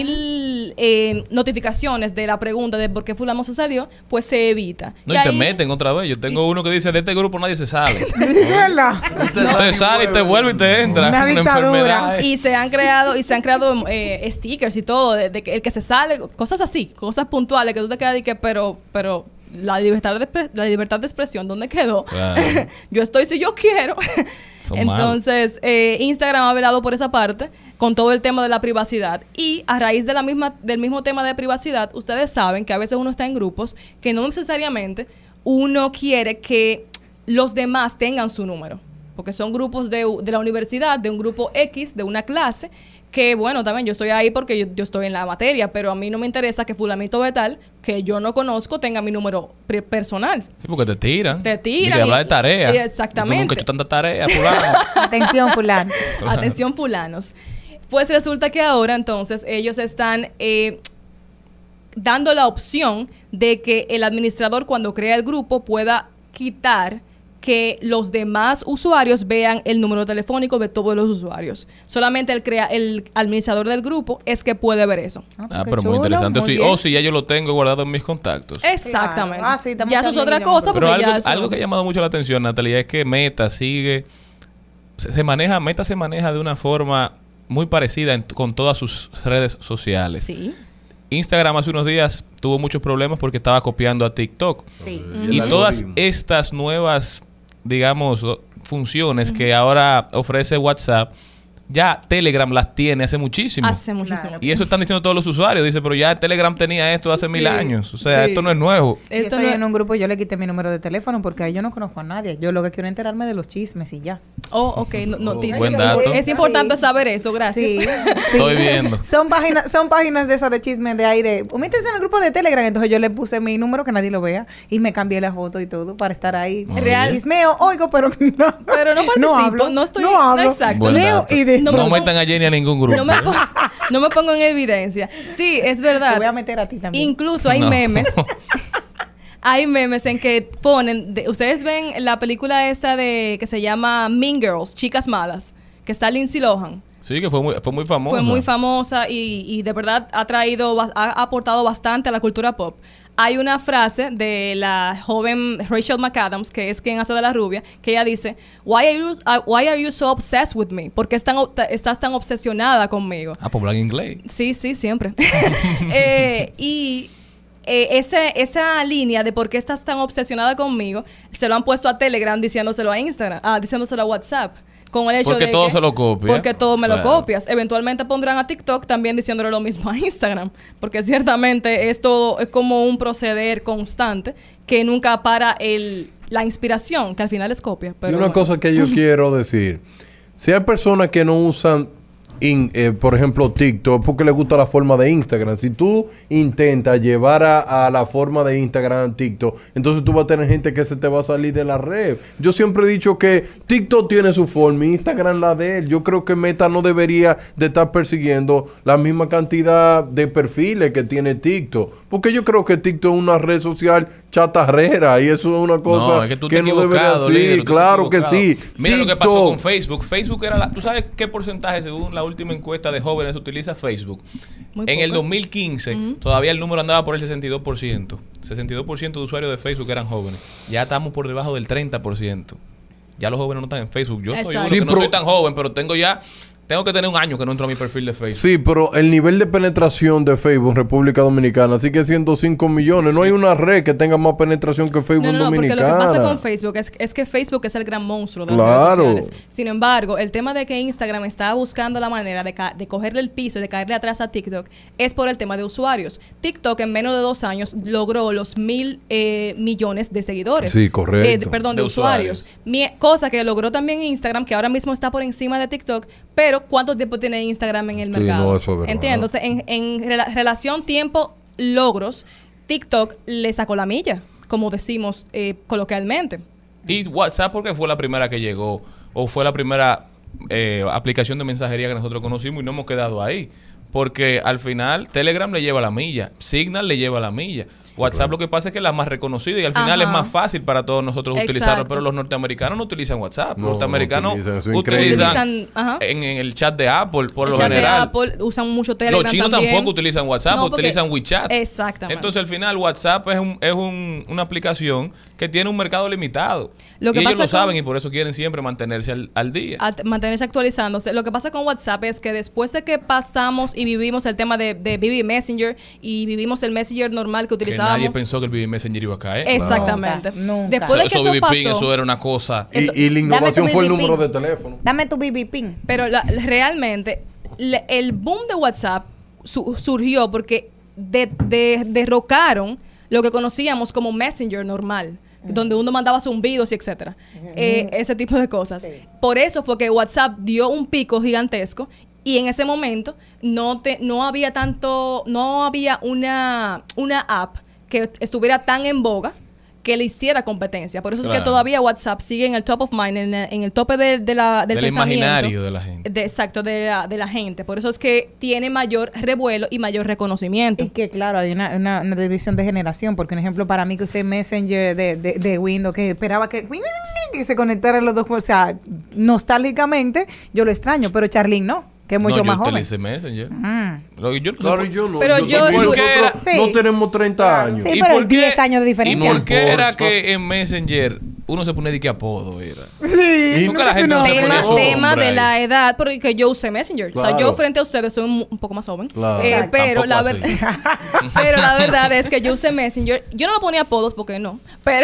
notificaciones de la pregunta de por qué fulano se salió, pues se evita. No, y te meten otra vez. Yo tengo uno que dice, de este grupo nadie se sale. Usted sale y te vuelve y te entra. Una dictadura. Y se han creado stickers y todo, de que el que se sale, cosas así, cosas puntuales, que tú te quedas y que, pero la libertad de expresión, ¿dónde quedó? Claro. Yo estoy si yo quiero. Entonces, Instagram ha velado por esa parte con todo el tema de la privacidad. Y a raíz de del mismo tema de privacidad, ustedes saben que a veces uno está en grupos que no necesariamente uno quiere que los demás tengan su número. Porque son grupos de la universidad, de un grupo X, de una clase, que bueno, también yo estoy ahí porque yo estoy en la materia, pero a mí no me interesa que fulanito de tal, que yo no conozco, tenga mi número personal. Sí, porque te tiran. Te tiran. Y habla de tareas. Exactamente. Tú nunca he hecho tanta tarea, fulano. Atención, fulano. Atención, fulanos. Pues resulta que ahora entonces ellos están dando la opción de que el administrador cuando crea el grupo pueda quitar que los demás usuarios vean el número telefónico de todos los usuarios. Solamente el administrador del grupo es que puede ver eso. Pero muy interesante. Si ya yo lo tengo guardado en mis contactos. Exactamente. Claro. Sí, ya eso es otra cosa. Pero algo que ha llamado mucho la atención, Natalia, es que Meta se maneja de una forma muy parecida con todas sus redes sociales. Sí. Instagram hace unos días tuvo muchos problemas porque estaba copiando a TikTok. Sí. Y todas estas nuevas, digamos, funciones que ahora ofrece WhatsApp, ya Telegram las tiene hace muchísimo. Hace muchísimo. Y eso están diciendo todos los usuarios. Dice, pero ya Telegram tenía esto hace 1000 años. O sea, esto no es nuevo. Yo estoy en un grupo, yo le quité mi número de teléfono porque ahí yo no conozco a nadie. Yo lo que quiero es enterarme de los chismes y ya. Oh, ok. Noticias. Buen dato. Es importante saber eso, gracias. Sí. Estoy viendo. Son páginas de esas de chismes de ahí de... Métese en el grupo de Telegram. Entonces yo le puse mi número que nadie lo vea y me cambié la foto y todo para estar ahí. Real. Chismeo, oigo, pero no. Pero no participo. No hablo. No estoy... No hablo. exacto. Buen Leo dato. y de... No metan a Jenny a ningún grupo. No me pongo en evidencia. Sí, es verdad. Te voy a meter a ti también. Incluso hay memes. Hay memes en que ponen... ustedes ven la película esta de que se llama Mean Girls, Chicas Malas, que está Lindsay Lohan. Sí, que fue muy famosa. Fue muy famosa y de verdad ha aportado bastante a la cultura pop. Hay una frase de la joven Rachel McAdams, que es quien hace de la rubia, que ella dice, why are you so obsessed with me? ¿Por qué estás tan obsesionada conmigo? Ah, por hablar inglés. Sí, siempre. Esa línea de por qué estás tan obsesionada conmigo, se lo han puesto a Telegram diciéndoselo a Instagram, diciéndoselo a WhatsApp. Con el hecho porque de todo que, se lo copia. Porque todo me lo copias. Eventualmente pondrán a TikTok también diciéndole lo mismo a Instagram. Porque ciertamente esto es como un proceder constante que nunca para la inspiración, que al final es copia. Pero y una cosa que yo quiero decir. Si hay personas que no usan, por ejemplo, TikTok, porque les gusta la forma de Instagram. Si tú intentas llevar a la forma de Instagram a TikTok, entonces tú vas a tener gente que se te va a salir de la red. Yo siempre he dicho que TikTok tiene su forma, Instagram la de él. Yo creo que Meta no debería de estar persiguiendo la misma cantidad de perfiles que tiene TikTok. Porque yo creo que TikTok es una red social chatarrera y eso es una cosa no, es que tú te no debería ser. Líder, claro que sí. Mira TikTok, lo que pasó con Facebook. Facebook era ¿tú sabes qué porcentaje según la última encuesta de jóvenes utiliza Facebook? En el 2015 todavía el número andaba por el 62%. 62% de usuarios de Facebook eran jóvenes. Ya estamos por debajo del 30%. Ya los jóvenes no están en Facebook. Yo soy uno que no soy tan joven, pero tengo que tener un año que no entro a mi perfil de Facebook. Sí, pero el nivel de penetración de Facebook en República Dominicana sigue siendo 5 millones. No hay una red que tenga más penetración que Facebook en Dominicana. Porque lo que pasa con Facebook es que Facebook es el gran monstruo de las redes sociales. Sin embargo, el tema de que Instagram está buscando la manera de cogerle el piso y de caerle atrás a TikTok es por el tema de usuarios. TikTok en menos de 2 años logró los 1,000 millones de seguidores. Sí, correcto. De usuarios. Cosa que logró también Instagram, que ahora mismo está por encima de TikTok, pero ¿cuánto tiempo tiene Instagram en el mercado? No, eso es verdad. ¿Entiendes? Entonces, en relación tiempo-logros, TikTok le sacó la milla, como decimos coloquialmente. Y WhatsApp, porque fue la primera que llegó, o fue la primera aplicación de mensajería que nosotros conocimos y no hemos quedado ahí. Porque al final Telegram le lleva la milla, Signal le lleva la milla. WhatsApp lo que pasa es que es la más reconocida y al final es más fácil para todos nosotros utilizarlo, pero los norteamericanos no utilizan WhatsApp. Los norteamericanos utilizan en el chat de Apple, por lo general. El chat de Apple usan mucho Telegram. Los chinos también. tampoco utilizan WhatsApp, utilizan WeChat. Exactamente. Entonces al final WhatsApp es una aplicación que tiene un mercado limitado. Y ellos lo saben y por eso quieren siempre mantenerse al día. Mantenerse actualizándose. Lo que pasa con WhatsApp es que después de que pasamos y vivimos el tema de BB Messenger y vivimos el Messenger normal que utilizábamos. Nadie pensó que el BB Messenger iba a caer. Exactamente. Nunca. Después de que eso pasó, eso era una cosa. Y la innovación fue el número de teléfono. Dame tu BB pin. Pero realmente el boom de WhatsApp surgió porque derrocaron lo que conocíamos como Messenger normal, donde uno mandaba zumbidos y etcétera, ese tipo de cosas. Por eso fue que WhatsApp dio un pico gigantesco. Y en ese momento no había una app que estuviera tan en boga que le hiciera competencia. Por eso es que todavía WhatsApp sigue en el top of mind, en el tope del pensamiento. Imaginario de la gente. De la gente. Por eso es que tiene mayor revuelo y mayor reconocimiento. Y que claro, hay una división de generación, porque un ejemplo para mí que usé Messenger de Windows, que esperaba que se conectaran los dos, o sea, nostálgicamente yo lo extraño, pero Charlene no. Que es mucho más joven. Yo utilicé Messenger. Claro, yo no. Pero nosotros Sí. no tenemos 30 años. Sí, ¿Y pero por qué? 10 años de ¿Y diferencia. por qué era que en Messenger uno se pone de que apodo era? Sí. Nunca la gente no se pone Tema nombre de ahí. la edad, porque yo usé Messenger. O sea, Claro. yo frente a ustedes soy un poco más joven. Claro. Pero, Tampoco así. pero la verdad es que yo usé Messenger. Yo no me ponía apodos porque no. Pero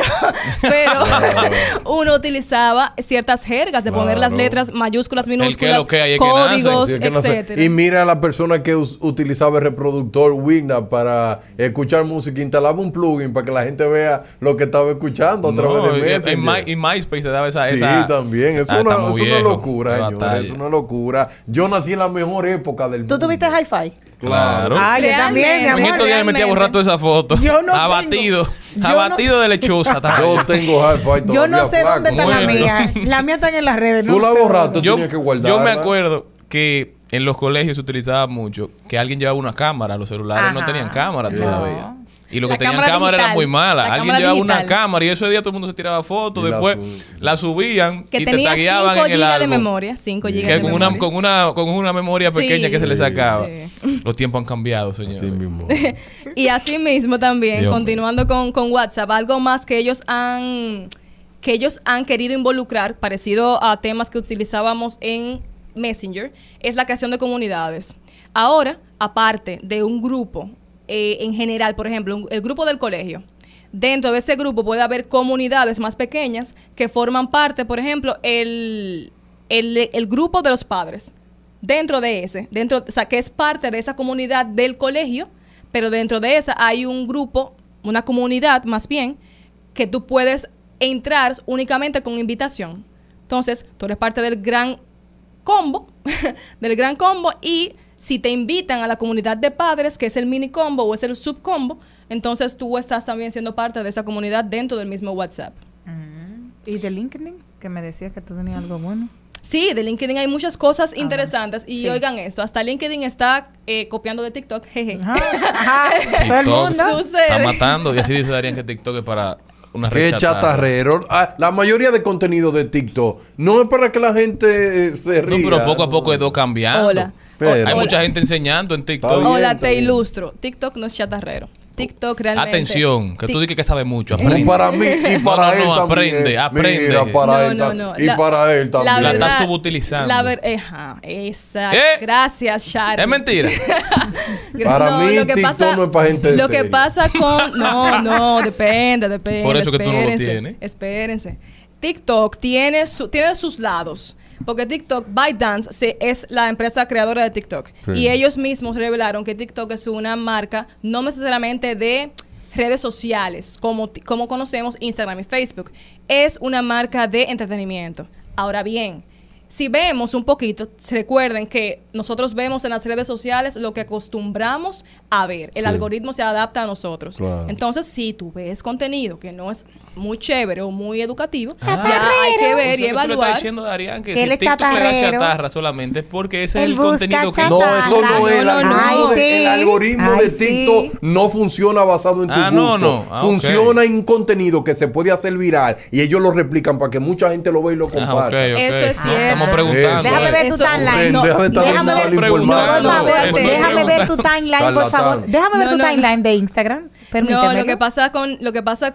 uno utilizaba ciertas jergas de poner las Claro. letras mayúsculas, El minúsculas, que lo que hay es que nace. códigos, Sí, es que no sé. etcétera. Y mira a la persona que utilizaba el reproductor Winamp para escuchar música, instalaba un plugin para que la gente vea lo que estaba escuchando a través de Messenger. En MySpace se daba esa... Sí, también. Eso Ah, es una estamos viejos. locura, Una señores. batalla. Es una locura. Yo nací en la mejor época del mundo. ¿Tú tuviste hi-fi? Claro. Ah, yo también, mi En amor. estos días me metí a borrar toda esa foto. Yo no abatido. tengo. Abatido de lechosa. Yo tengo hi-fi todavía. Yo no sé flaco. dónde está la Bueno. mía. La mía está en las redes. Tú no la sé borraste, dónde. tenías que guardarla. Yo me acuerdo que en los colegios se utilizaba mucho que alguien llevaba una cámara. Los celulares no Ajá. tenían cámara todavía. Y lo que La tenían cámara cámara era digital. muy mala. La Alguien cámara llevaba una digital. cámara y ese día todo el mundo se tiraba fotos. Y la Después sub- la subían Que y te tenía tagueaban 5 en el GB de álbum. memoria. 5 GB Que de con memoria. con una memoria pequeña Sí. que se le sacaba. Sí. Los tiempos han cambiado, señor. Así mismo. Y así mismo también, Dios continuando con WhatsApp, algo más que ellos han querido involucrar, parecido a temas que utilizábamos en Messenger, es la creación de comunidades. Ahora, aparte de un grupo en general, por ejemplo, el grupo del colegio, dentro de ese grupo puede haber comunidades más pequeñas que forman parte, por ejemplo, el grupo de los padres. Dentro de ese, o sea, que es parte de esa comunidad del colegio, pero dentro de esa hay un grupo, una comunidad más bien, que tú puedes entrar únicamente con invitación. Entonces, tú eres parte del gran combo, y si te invitan a la comunidad de padres, que es el mini combo o es el subcombo, entonces tú estás también siendo parte de esa comunidad dentro del mismo WhatsApp. ¿Y de LinkedIn? Que me decías que tú tenías algo bueno. Sí, de LinkedIn hay muchas cosas interesantes y sí. oigan esto, hasta LinkedIn está copiando de TikTok, jeje. Ajá. Todo el TikTok mundo. Sucede. está matando y así dice Darían que TikTok es para una Qué red chatarrero. Ah, la mayoría de contenido de TikTok no es para que la gente se ría. No, pero poco a poco ido cambiando. Hola. Pero- Hay Hola. mucha gente enseñando en TikTok. Está bien. Hola, te ilustro. TikTok no es chatarrero. TikTok realmente. Atención, que tú dices que sabe mucho. Y Aprende. para mí y para No, él no, también. aprende. Mira, para No, él no, también. no. Y para él también. La está subutilizando. Ajá, exacto. ¿Eh? Gracias, Shari. Es mentira. Para mí, lo que TikTok no es para gente de Lo que serie. pasa con... No, depende. Por eso que tú no lo espérense, tienes. Espérense. TikTok tiene sus lados. Porque TikTok, ByteDance, es la empresa creadora de TikTok. Sí. Y ellos mismos revelaron que TikTok es una marca no necesariamente de redes sociales, como conocemos Instagram y Facebook. Es una marca de entretenimiento. Ahora bien, si vemos un poquito, recuerden que nosotros vemos en las redes sociales lo que acostumbramos a ver. El Sí. algoritmo se adapta a nosotros. Claro. Entonces, si tú ves contenido que no es muy chévere o muy educativo, Chatarrero. ya hay que ver y Eso es lo que tú le estás evaluar. diciendo, Darían, que Que si él es TikTok le da chatarrero. chatarra solamente es porque ese es Él el busca contenido que... No, eso no es el No, no, no. algoritmo. Ay, sí. El algoritmo Ay, de TikTok sí. no funciona basado en tu Ah, gusto. no, no. Ah, Funciona en un contenido que se puede hacer viral y ellos lo replican para que mucha gente lo vea y lo Ah, ok, comparta. ok. Eso es cierto. Estamos preguntando. Déjame ver tu Eso- timeline. no, Deja de estar déjame mal ver- informado. no, Por favor, espérate. déjame ver tu timeline, por favor. Charlatán. Déjame ver No, tu no, timeline de Instagram. Permíteme. No, lo que pasa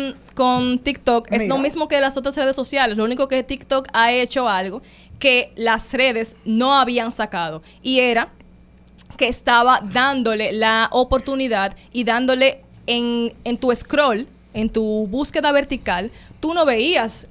con TikTok es Mira. lo mismo que las otras redes sociales. Lo único que TikTok ha hecho algo que las redes no habían sacado. Y era que estaba dándole la oportunidad y dándole en tu scroll, en tu búsqueda vertical, tú no veías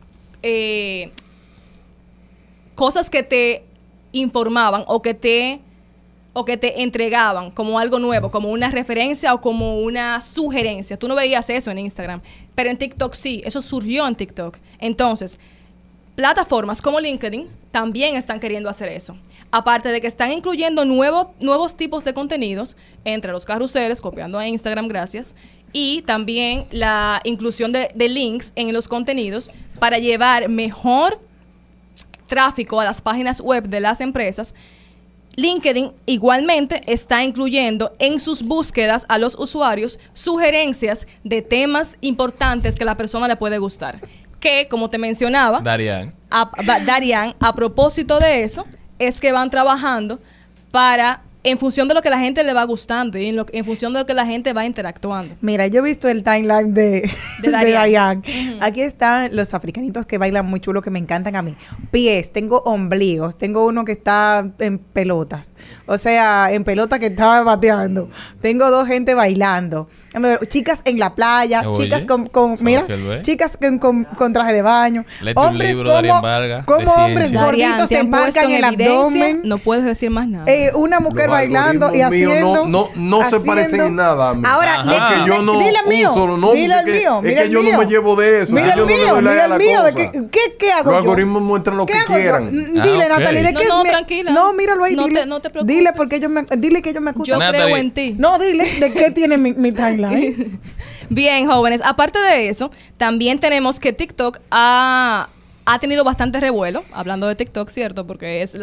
cosas que te informaban o que te entregaban como algo nuevo, como una referencia o como una sugerencia. Tú no veías eso en Instagram, pero en TikTok sí, eso surgió en TikTok. Entonces, plataformas como LinkedIn también están queriendo hacer eso. Aparte de que están incluyendo nuevos tipos de contenidos entre los carruseles, copiando a Instagram, gracias, y también la inclusión de links en los contenidos para llevar mejor tráfico a las páginas web de las empresas. LinkedIn igualmente está incluyendo en sus búsquedas a los usuarios sugerencias de temas importantes que a la persona le puede gustar. Que, como te mencionaba, Darían. Darían, a propósito de eso, es que van trabajando para en función de lo que la gente le va gustando y en función de lo que la gente va interactuando. Mira, yo he visto el timeline de Dayan. Aquí están los africanitos que bailan muy chulo, que me encantan a mí. Pies, tengo ombligos, tengo uno que está en pelotas, o sea, en pelota que estaba bateando. Tengo 2 gente bailando. Chicas en la playa, Oye, chicas mira, chicas con traje de baño. Léete un libro de Darien Vargas, de hombres ciencia. gorditos se embarcan el abdomen. No puedes decir más nada. Una mujer bailando y haciendo. No se parecen en nada a mí. Ahora, que yo no dile el mío. Dile el mío. Es que yo no me llevo de eso. Mira el mío. Mira el mío. ¿Qué hago yo? Los algoritmos muestran lo que quieran. Dile, Natalie, ¿de qué es? No, tranquila. No, míralo ahí. No te preocupes. Dile porque dile que ellos me acusan. Yo creo en ti. No, dile de qué tiene mi timeline. Bien, jóvenes. Aparte de eso, también tenemos que TikTok ha tenido bastante revuelo, hablando de TikTok, ¿cierto? Porque es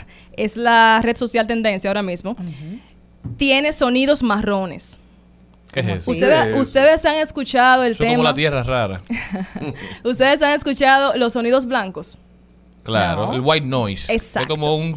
la red social tendencia ahora mismo. Tiene sonidos marrones. ¿Qué es eso? Ustedes han escuchado el Eso tema. como la tierra rara. Ustedes han escuchado los sonidos blancos. Claro, No. el white noise. Exacto. Es como un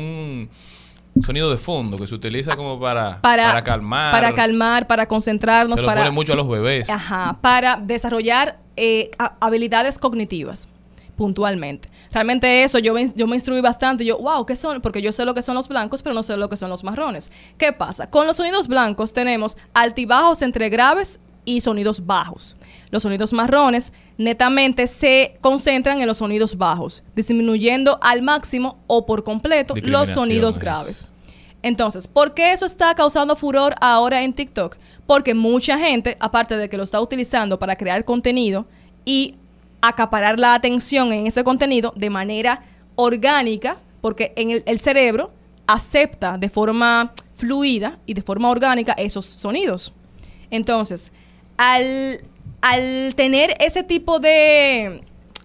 sonido de fondo que se utiliza como para calmar. Para calmar, para concentrarnos. Se lo para pone mucho a los bebés. Ajá, para desarrollar habilidades cognitivas. Puntualmente. Realmente eso, yo me instruí bastante. Yo, wow, ¿qué son? Porque yo sé lo que son los blancos, pero no sé lo que son los marrones. ¿Qué pasa? Con los sonidos blancos tenemos altibajos entre graves y sonidos bajos. Los sonidos marrones netamente se concentran en los sonidos bajos, disminuyendo al máximo o por completo los sonidos graves. Entonces, ¿por qué eso está causando furor ahora en TikTok? Porque mucha gente, aparte de que lo está utilizando para crear contenido y acaparar la atención en ese contenido de manera orgánica, porque en el cerebro acepta de forma fluida y de forma orgánica esos sonidos. Entonces, al tener ese tipo de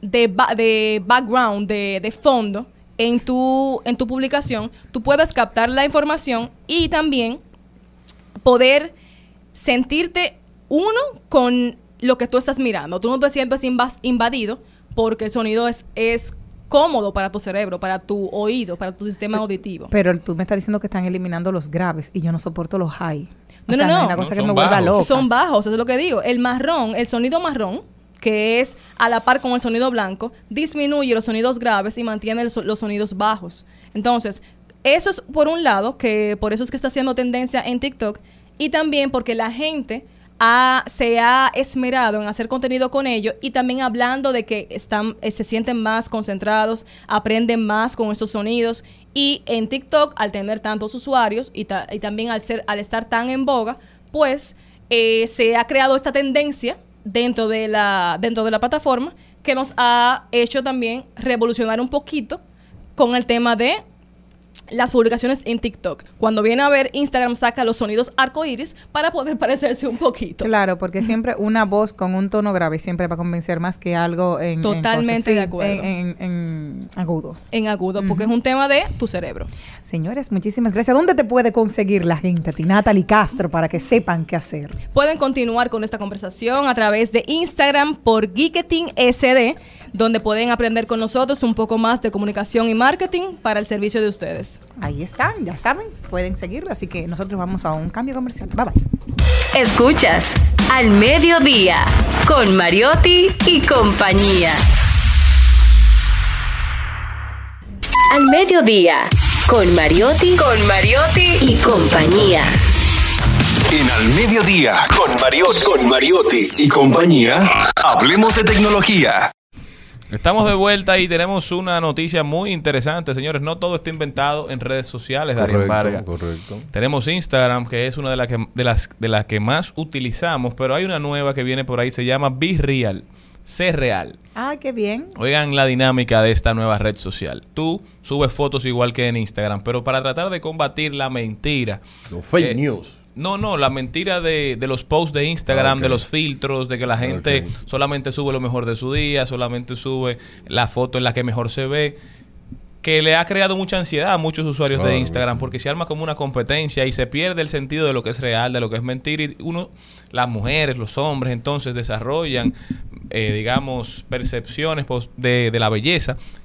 background, de fondo en tu publicación, tú puedes captar la información y también poder sentirte uno con lo que tú estás mirando. Tú no te sientes invadido porque el sonido es cómodo para tu cerebro, para tu oído, para tu sistema auditivo. Pero tú me estás diciendo que están eliminando los graves y yo no soporto los high. No. Hay una cosa que me vuelva loca. Son bajos, eso es lo que digo. El sonido marrón, que es a la par con el sonido blanco, disminuye los sonidos graves y mantiene los sonidos bajos. Entonces, eso es por un lado, que por eso es que está haciendo tendencia en TikTok, y también porque la gente se ha esmerado en hacer contenido con ellos y también hablando de que se sienten más concentrados, aprenden más con esos sonidos. Y en TikTok, al tener tantos usuarios y también al estar tan en boga, pues se ha creado esta tendencia dentro de la plataforma que nos ha hecho también revolucionar un poquito con el tema de las publicaciones en TikTok. Cuando viene a ver, Instagram saca los sonidos arcoíris para poder parecerse un poquito. Claro, porque siempre una voz con un tono grave siempre va a convencer más que algo Totalmente de acuerdo. En agudo. En agudo, porque es un tema de tu cerebro. Señores, muchísimas gracias. ¿Dónde te puede conseguir la gente, Natalie Castro, para que sepan qué hacer? Pueden continuar con esta conversación a través de Instagram por Geeketing SD, donde pueden aprender con nosotros un poco más de comunicación y marketing para el servicio de ustedes. Ahí están, ya saben, pueden seguirlo, así que nosotros vamos a un cambio comercial. Bye bye. Escuchas Al Mediodía con Mariotti y compañía. Al Mediodía con Mariotti y compañía. En Al Mediodía, con Mariotti y compañía, hablemos de tecnología. Estamos de vuelta y tenemos una noticia muy interesante, señores. No todo está inventado en redes sociales, Darien Vargas. Correcto. Tenemos Instagram, que es una de las que más utilizamos, pero hay una nueva que viene por ahí, se llama Be Real, Sé Real. Ah, qué bien. Oigan la dinámica de esta nueva red social. Tú subes fotos igual que en Instagram, pero para tratar de combatir la mentira. Los fake news. No, la mentira de los posts de Instagram, de los filtros, de que la gente solamente sube lo mejor de su día, solamente sube la foto en la que mejor se ve, que le ha creado mucha ansiedad a muchos usuarios de Instagram, porque se arma como una competencia y se pierde el sentido de lo que es real, de lo que es mentira, y las mujeres, los hombres, entonces desarrollan, digamos, percepciones de la belleza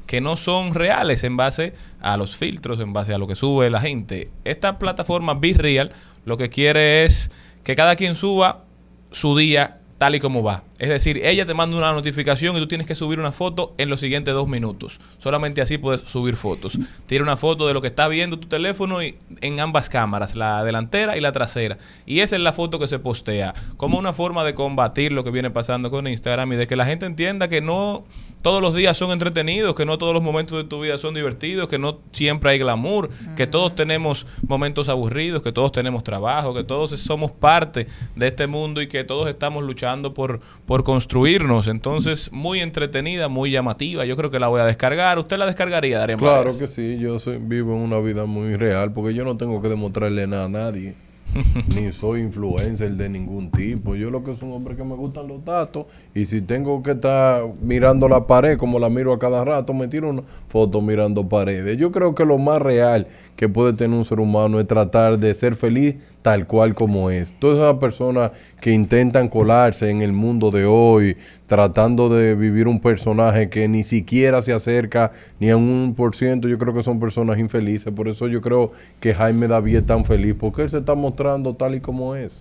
que no son reales en base a los filtros, en base a lo que sube la gente. Esta plataforma Be Real lo que quiere es que cada quien suba su día tal y como va. Es decir, ella te manda una notificación y tú tienes que subir una foto en los siguientes 2 minutos. Solamente así puedes subir fotos. Tira una foto de lo que está viendo tu teléfono y en ambas cámaras, la delantera y la trasera. Y esa es la foto que se postea, como una forma de combatir lo que viene pasando con Instagram y de que la gente entienda que no todos los días son entretenidos, que no todos los momentos de tu vida son divertidos, que no siempre hay glamour, que todos tenemos momentos aburridos, que todos tenemos trabajo, que todos somos parte de este mundo y que todos estamos luchando por construirnos. Entonces, muy entretenida, muy llamativa. Yo creo que la voy a descargar. ¿Usted la descargaría, Darien? Claro que sí. Yo vivo en una vida muy real porque yo no tengo que demostrarle nada a nadie. Ni soy influencer de ningún tipo. Yo lo que soy un hombre que me gustan los datos. Y si tengo que estar mirando la pared como la miro a cada rato, me tiro una foto mirando paredes. Yo creo que lo más real que puede tener un ser humano es tratar de ser feliz tal cual como es. Todas esas personas que intentan colarse en el mundo de hoy, tratando de vivir un personaje que ni siquiera se acerca ni a un 1%, yo creo que son personas infelices. Por eso yo creo que Jaime David es tan feliz, porque él se está mostrando tal y como es.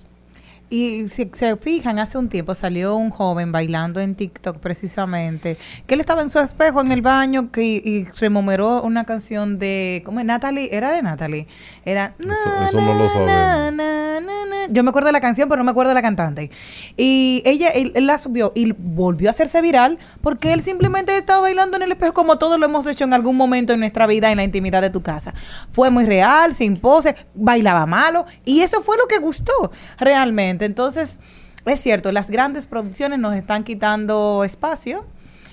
Y si se fijan, hace un tiempo salió un joven bailando en TikTok precisamente, que él estaba en su espejo en el baño y rememeró una canción de, ¿cómo es? Natalie, era de Natalie. Era eso no lo sabemos. Yo me acuerdo de la canción, pero no me acuerdo de la cantante. Y él la subió y volvió a hacerse viral porque él simplemente estaba bailando en el espejo como todos lo hemos hecho en algún momento en nuestra vida en la intimidad de tu casa. Fue muy real, sin pose, bailaba malo y eso fue lo que gustó realmente. Entonces, es cierto, las grandes producciones nos están quitando espacio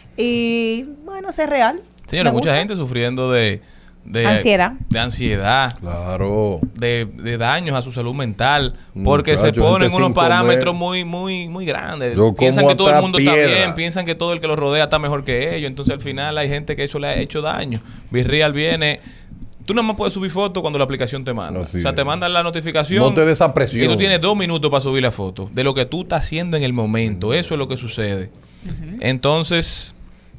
y, bueno, es real. Señores, mucha gente sufriendo de ansiedad. De ansiedad. Claro. De daños a su salud mental. Porque se ponen unos parámetros muy grandes. Piensan que todo el mundo está bien. Piensan que todo el que los rodea está mejor que ellos. Entonces, al final, hay gente que eso le ha hecho daño. Be Real viene... Tú nada más puedes subir fotos cuando la aplicación te manda. Así o sea, te mandan la notificación. No te des esa presión. Y tú tienes 2 minutos para subir la foto de lo que tú estás haciendo en el momento. Eso es lo que sucede. Entonces,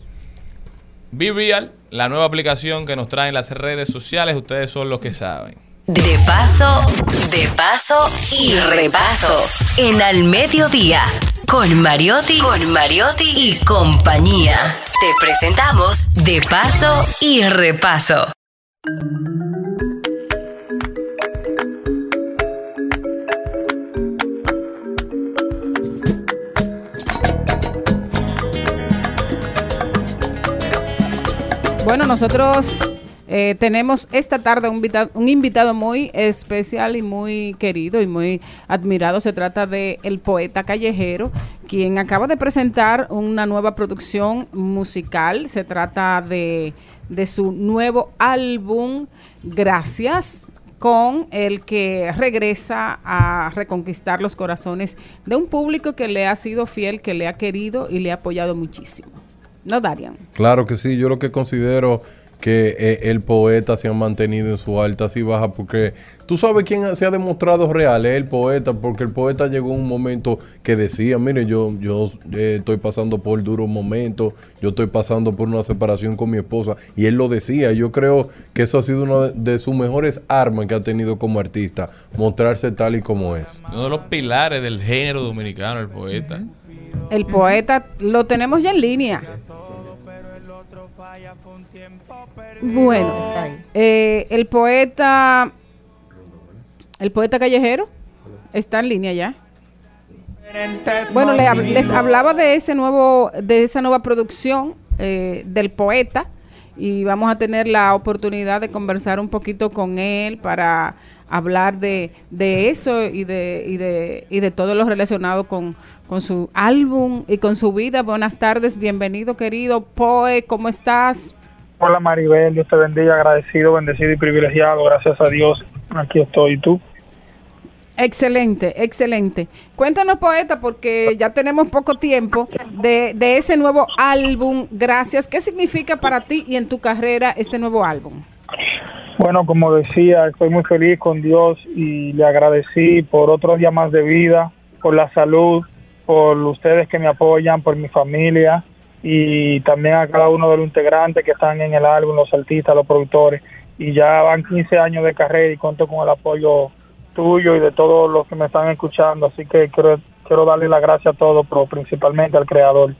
Be Real, la nueva aplicación que nos traen las redes sociales, ustedes son los que saben. De paso y repaso. En Al Mediodía, con Mariotti y compañía. Te presentamos De Paso y Repaso. Bueno, nosotros tenemos esta tarde un invitado muy especial y muy querido y muy admirado. Se trata de el poeta callejero, quien acaba de presentar una nueva producción musical. Se trata de su nuevo álbum, Gracias, con el que regresa a reconquistar los corazones de un público que le ha sido fiel, que le ha querido y le ha apoyado muchísimo. ¿No, Darien? Claro que sí. Yo lo que considero que el poeta se ha mantenido en su altas y bajas, porque tú sabes quién se ha demostrado real, es el poeta, porque el poeta llegó en un momento que decía, mire, yo estoy pasando por duros momentos, yo estoy pasando por una separación con mi esposa, y él lo decía. Yo creo que eso ha sido una de sus mejores armas que ha tenido como artista, mostrarse tal y como es. Uno de los pilares del género dominicano, el poeta. El poeta lo tenemos ya en línea. Bueno, el poeta callejero está en línea ya. Bueno, les hablaba de esa nueva producción del poeta, y vamos a tener la oportunidad de conversar un poquito con él para hablar de eso y de todo lo relacionado con su álbum y con su vida. Buenas tardes, bienvenido, querido Poe, ¿cómo estás? Hola Maribel, Dios te bendiga, agradecido, bendecido y privilegiado, gracias a Dios, aquí estoy. ¿Y tú? Excelente, excelente. Cuéntanos, poeta, porque ya tenemos poco tiempo de ese nuevo álbum, Gracias. ¿Qué significa para ti y en tu carrera este nuevo álbum? Bueno, como decía, estoy muy feliz con Dios y le agradecí por otros días más de vida, por la salud, por ustedes que me apoyan, por mi familia y también a cada uno de los integrantes que están en el álbum, los artistas, los productores. Y ya van 15 años de carrera y cuento con el apoyo tuyo y de todos los que me están escuchando. Así que quiero darle las gracias a todos, pero principalmente al creador.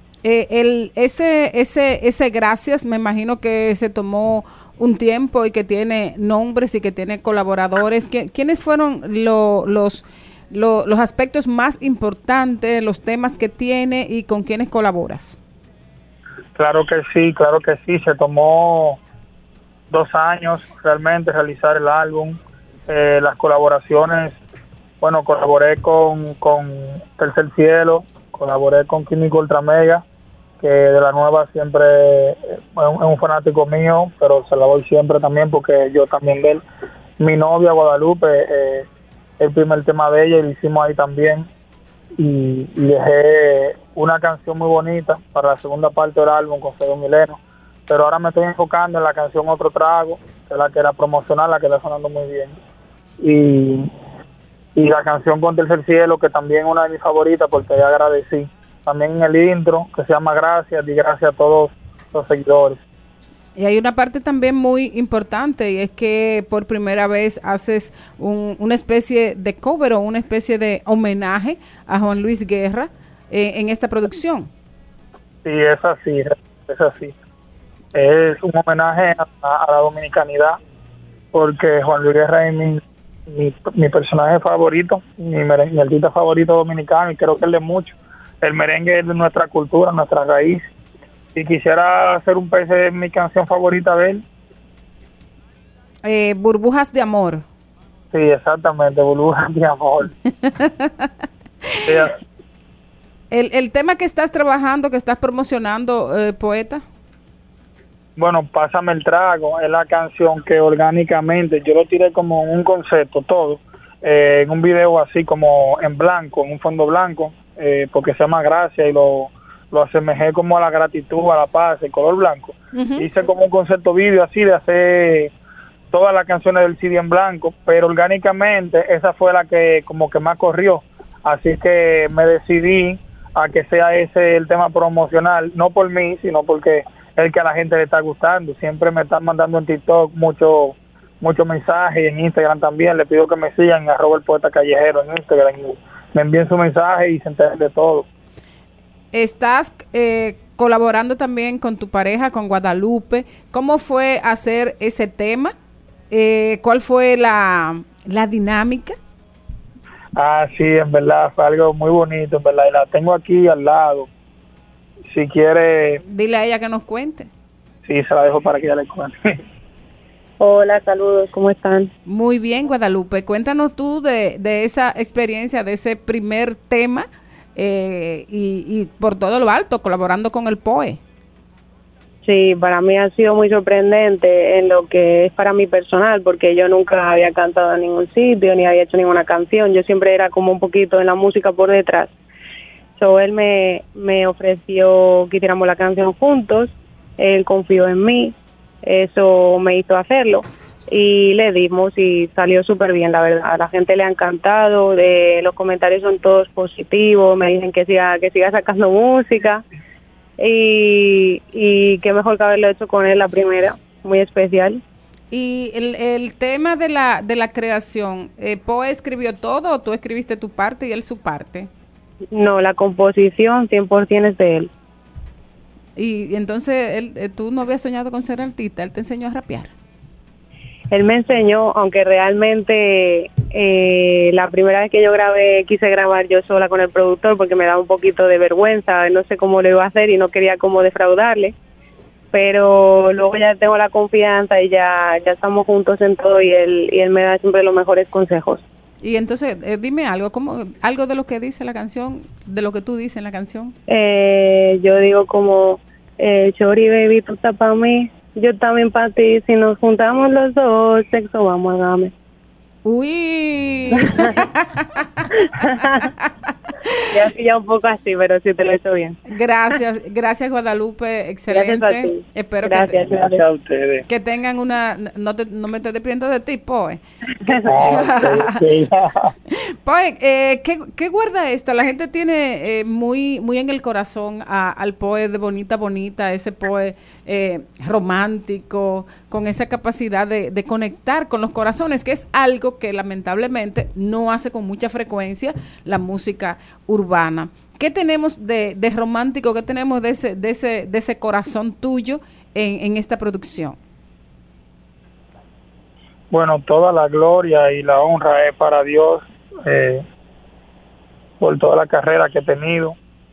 Ese gracias, me imagino que se tomó un tiempo y que tiene nombres y que tiene colaboradores. ¿Quiénes fueron los aspectos más importantes, los temas que tiene y con quiénes colaboras? Claro que sí. Se tomó 2 años realmente realizar el álbum. Las colaboraciones, bueno, colaboré con Tercer Cielo, colaboré con Químico Ultramega, que de la nueva siempre es un fanático mío, pero se la doy siempre también porque yo también de él. Mi novia Guadalupe, el primer tema de ella y lo hicimos ahí también, y dejé una canción muy bonita para la segunda parte del álbum con Fedor Mileno, pero ahora me estoy enfocando en la canción Otro Trago, que es la que era promocional, la que está sonando muy bien, y la canción con Tercer Cielo, que también es una de mis favoritas porque ya agradecí. También en el intro, que se llama Gracias, y gracias a todos los seguidores. Y hay una parte también muy importante, y es que por primera vez haces una especie de cover o una especie de homenaje a Juan Luis Guerra en esta producción. Sí, es así. Es un homenaje a la dominicanidad, porque Juan Luis Guerra es mi personaje favorito, mi artista favorito dominicano, y creo que él de mucho. El merengue es de nuestra cultura, nuestra raíz. Y quisiera hacer un pedazo de mi canción favorita de él. Burbujas de Amor. Sí, exactamente, Burbujas de Amor. Sí. El tema que estás trabajando, que estás promocionando, poeta. Bueno, Pásame el Trago, es la canción que orgánicamente yo lo tiré como un concepto todo, en un video así como en blanco, en un fondo blanco, porque se llama Gracia, y lo asemejé como a la gratitud, a la paz, el color blanco. Hice como un concepto video así de hacer todas las canciones del CD en blanco, pero orgánicamente esa fue la que como que más corrió, así que me decidí a que sea ese el tema promocional, no por mí, sino porque el que a la gente le está gustando. Siempre me están mandando en TikTok muchos mensajes, y en Instagram también. Le pido que me sigan a @elpoeta callejero en Instagram, y me envíen su mensaje y se enteren de todo. Estás colaborando también con tu pareja, con Guadalupe. ¿Cómo fue hacer ese tema? ¿Cuál fue la dinámica? Sí, en verdad fue algo muy bonito, en verdad, y la tengo aquí al lado. Si quiere... Dile a ella que nos cuente. Sí, se la dejo para que ella le cuente. Hola, saludos, ¿cómo están? Muy bien, Guadalupe. Cuéntanos tú de esa experiencia, de ese primer tema, y por todo lo alto, colaborando con el POE. Sí, para mí ha sido muy sorprendente en lo que es para mí personal, porque yo nunca había cantado en ningún sitio, ni había hecho ninguna canción. Yo siempre era como un poquito en la música por detrás. So, él me ofreció que hiciéramos la canción juntos, él confió en mí, eso me hizo hacerlo, y le dimos y salió súper bien, la verdad. A la gente le ha encantado, los comentarios son todos positivos, me dicen que siga sacando música, y qué mejor que haberlo hecho con él la primera, muy especial. Y el tema de la creación, ¿Poe escribió todo o tú escribiste tu parte y él su parte? No, la composición 100% es de él. Y entonces tú no habías soñado con ser artista, él te enseñó a rapear. Él me enseñó, aunque realmente la primera vez que yo grabé, quise grabar yo sola con el productor porque me daba un poquito de vergüenza, no sé cómo lo iba a hacer y no quería como defraudarle, pero luego ya tengo la confianza y ya estamos juntos en todo, y él me da siempre los mejores consejos. Y entonces, dime algo de lo que dice la canción, de lo que tú dices en la canción. Yo digo como, Chori baby, tú estás para mí, yo también para ti, si nos juntamos los dos, sexo vamos a darme. Uy. Ya un poco así, pero sí te lo he hecho bien. Gracias Guadalupe, excelente. Gracias a ti. Espero Gracias a ustedes. que tengan una... No me estoy despidiendo de ti, Poe. Poe, ¿qué guarda esto? La gente tiene muy en el corazón al Poe de Bonita, ese Poe romántico, con esa capacidad de conectar con los corazones, que es algo que lamentablemente no hace con mucha frecuencia la música urbana. ¿Qué tenemos de romántico? ¿Qué tenemos de ese corazón tuyo en esta producción? Bueno, toda la gloria y la honra es para Dios por toda la carrera que he tenido.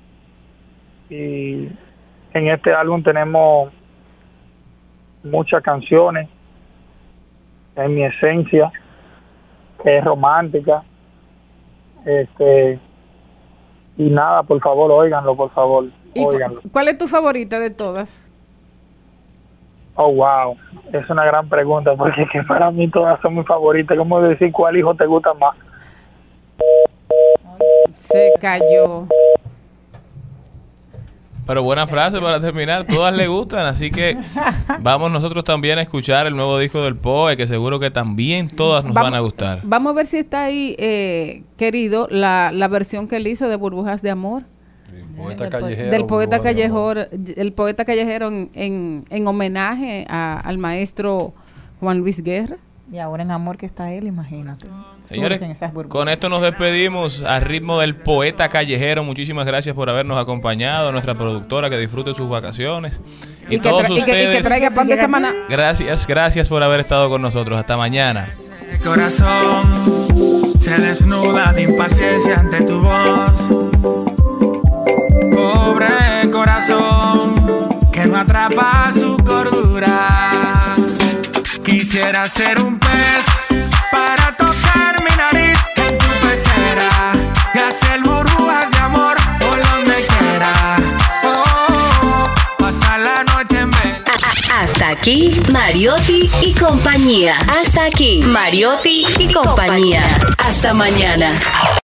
Y en este álbum tenemos muchas canciones en mi esencia, que es romántica. Y nada, por favor, óiganlo, por favor, óiganlo. ¿Cuál es tu favorita de todas? Oh, wow, es una gran pregunta, porque que para mí todas son mis favoritas. ¿Cómo decir cuál hijo te gusta más? Se cayó. Pero buena frase para terminar, todas le gustan, así que vamos nosotros también a escuchar el nuevo disco del Poe, que seguro que también todas nos van a gustar. Vamos a ver si está ahí, querido, la versión que él hizo de Burbujas de Amor. Del poeta callejero en homenaje al maestro Juan Luis Guerra. Y ahora en amor que está él, imagínate. Señores, con esto nos despedimos al ritmo del Poeta Callejero. Muchísimas gracias por habernos acompañado. Nuestra productora, que disfrute sus vacaciones. Y todos ustedes, que traiga pan de semana. Gracias por haber estado con nosotros. Hasta mañana. El corazón se desnuda de impaciencia ante tu voz. Pobre corazón que no atrapa su cordura. Quisiera ser un pez para tocar mi nariz en tu pecera y hacer burbujas de amor por donde quiera. Pasar la noche en vela. Hasta aquí, Mariotti y compañía. Hasta aquí, Mariotti y compañía. Hasta mañana.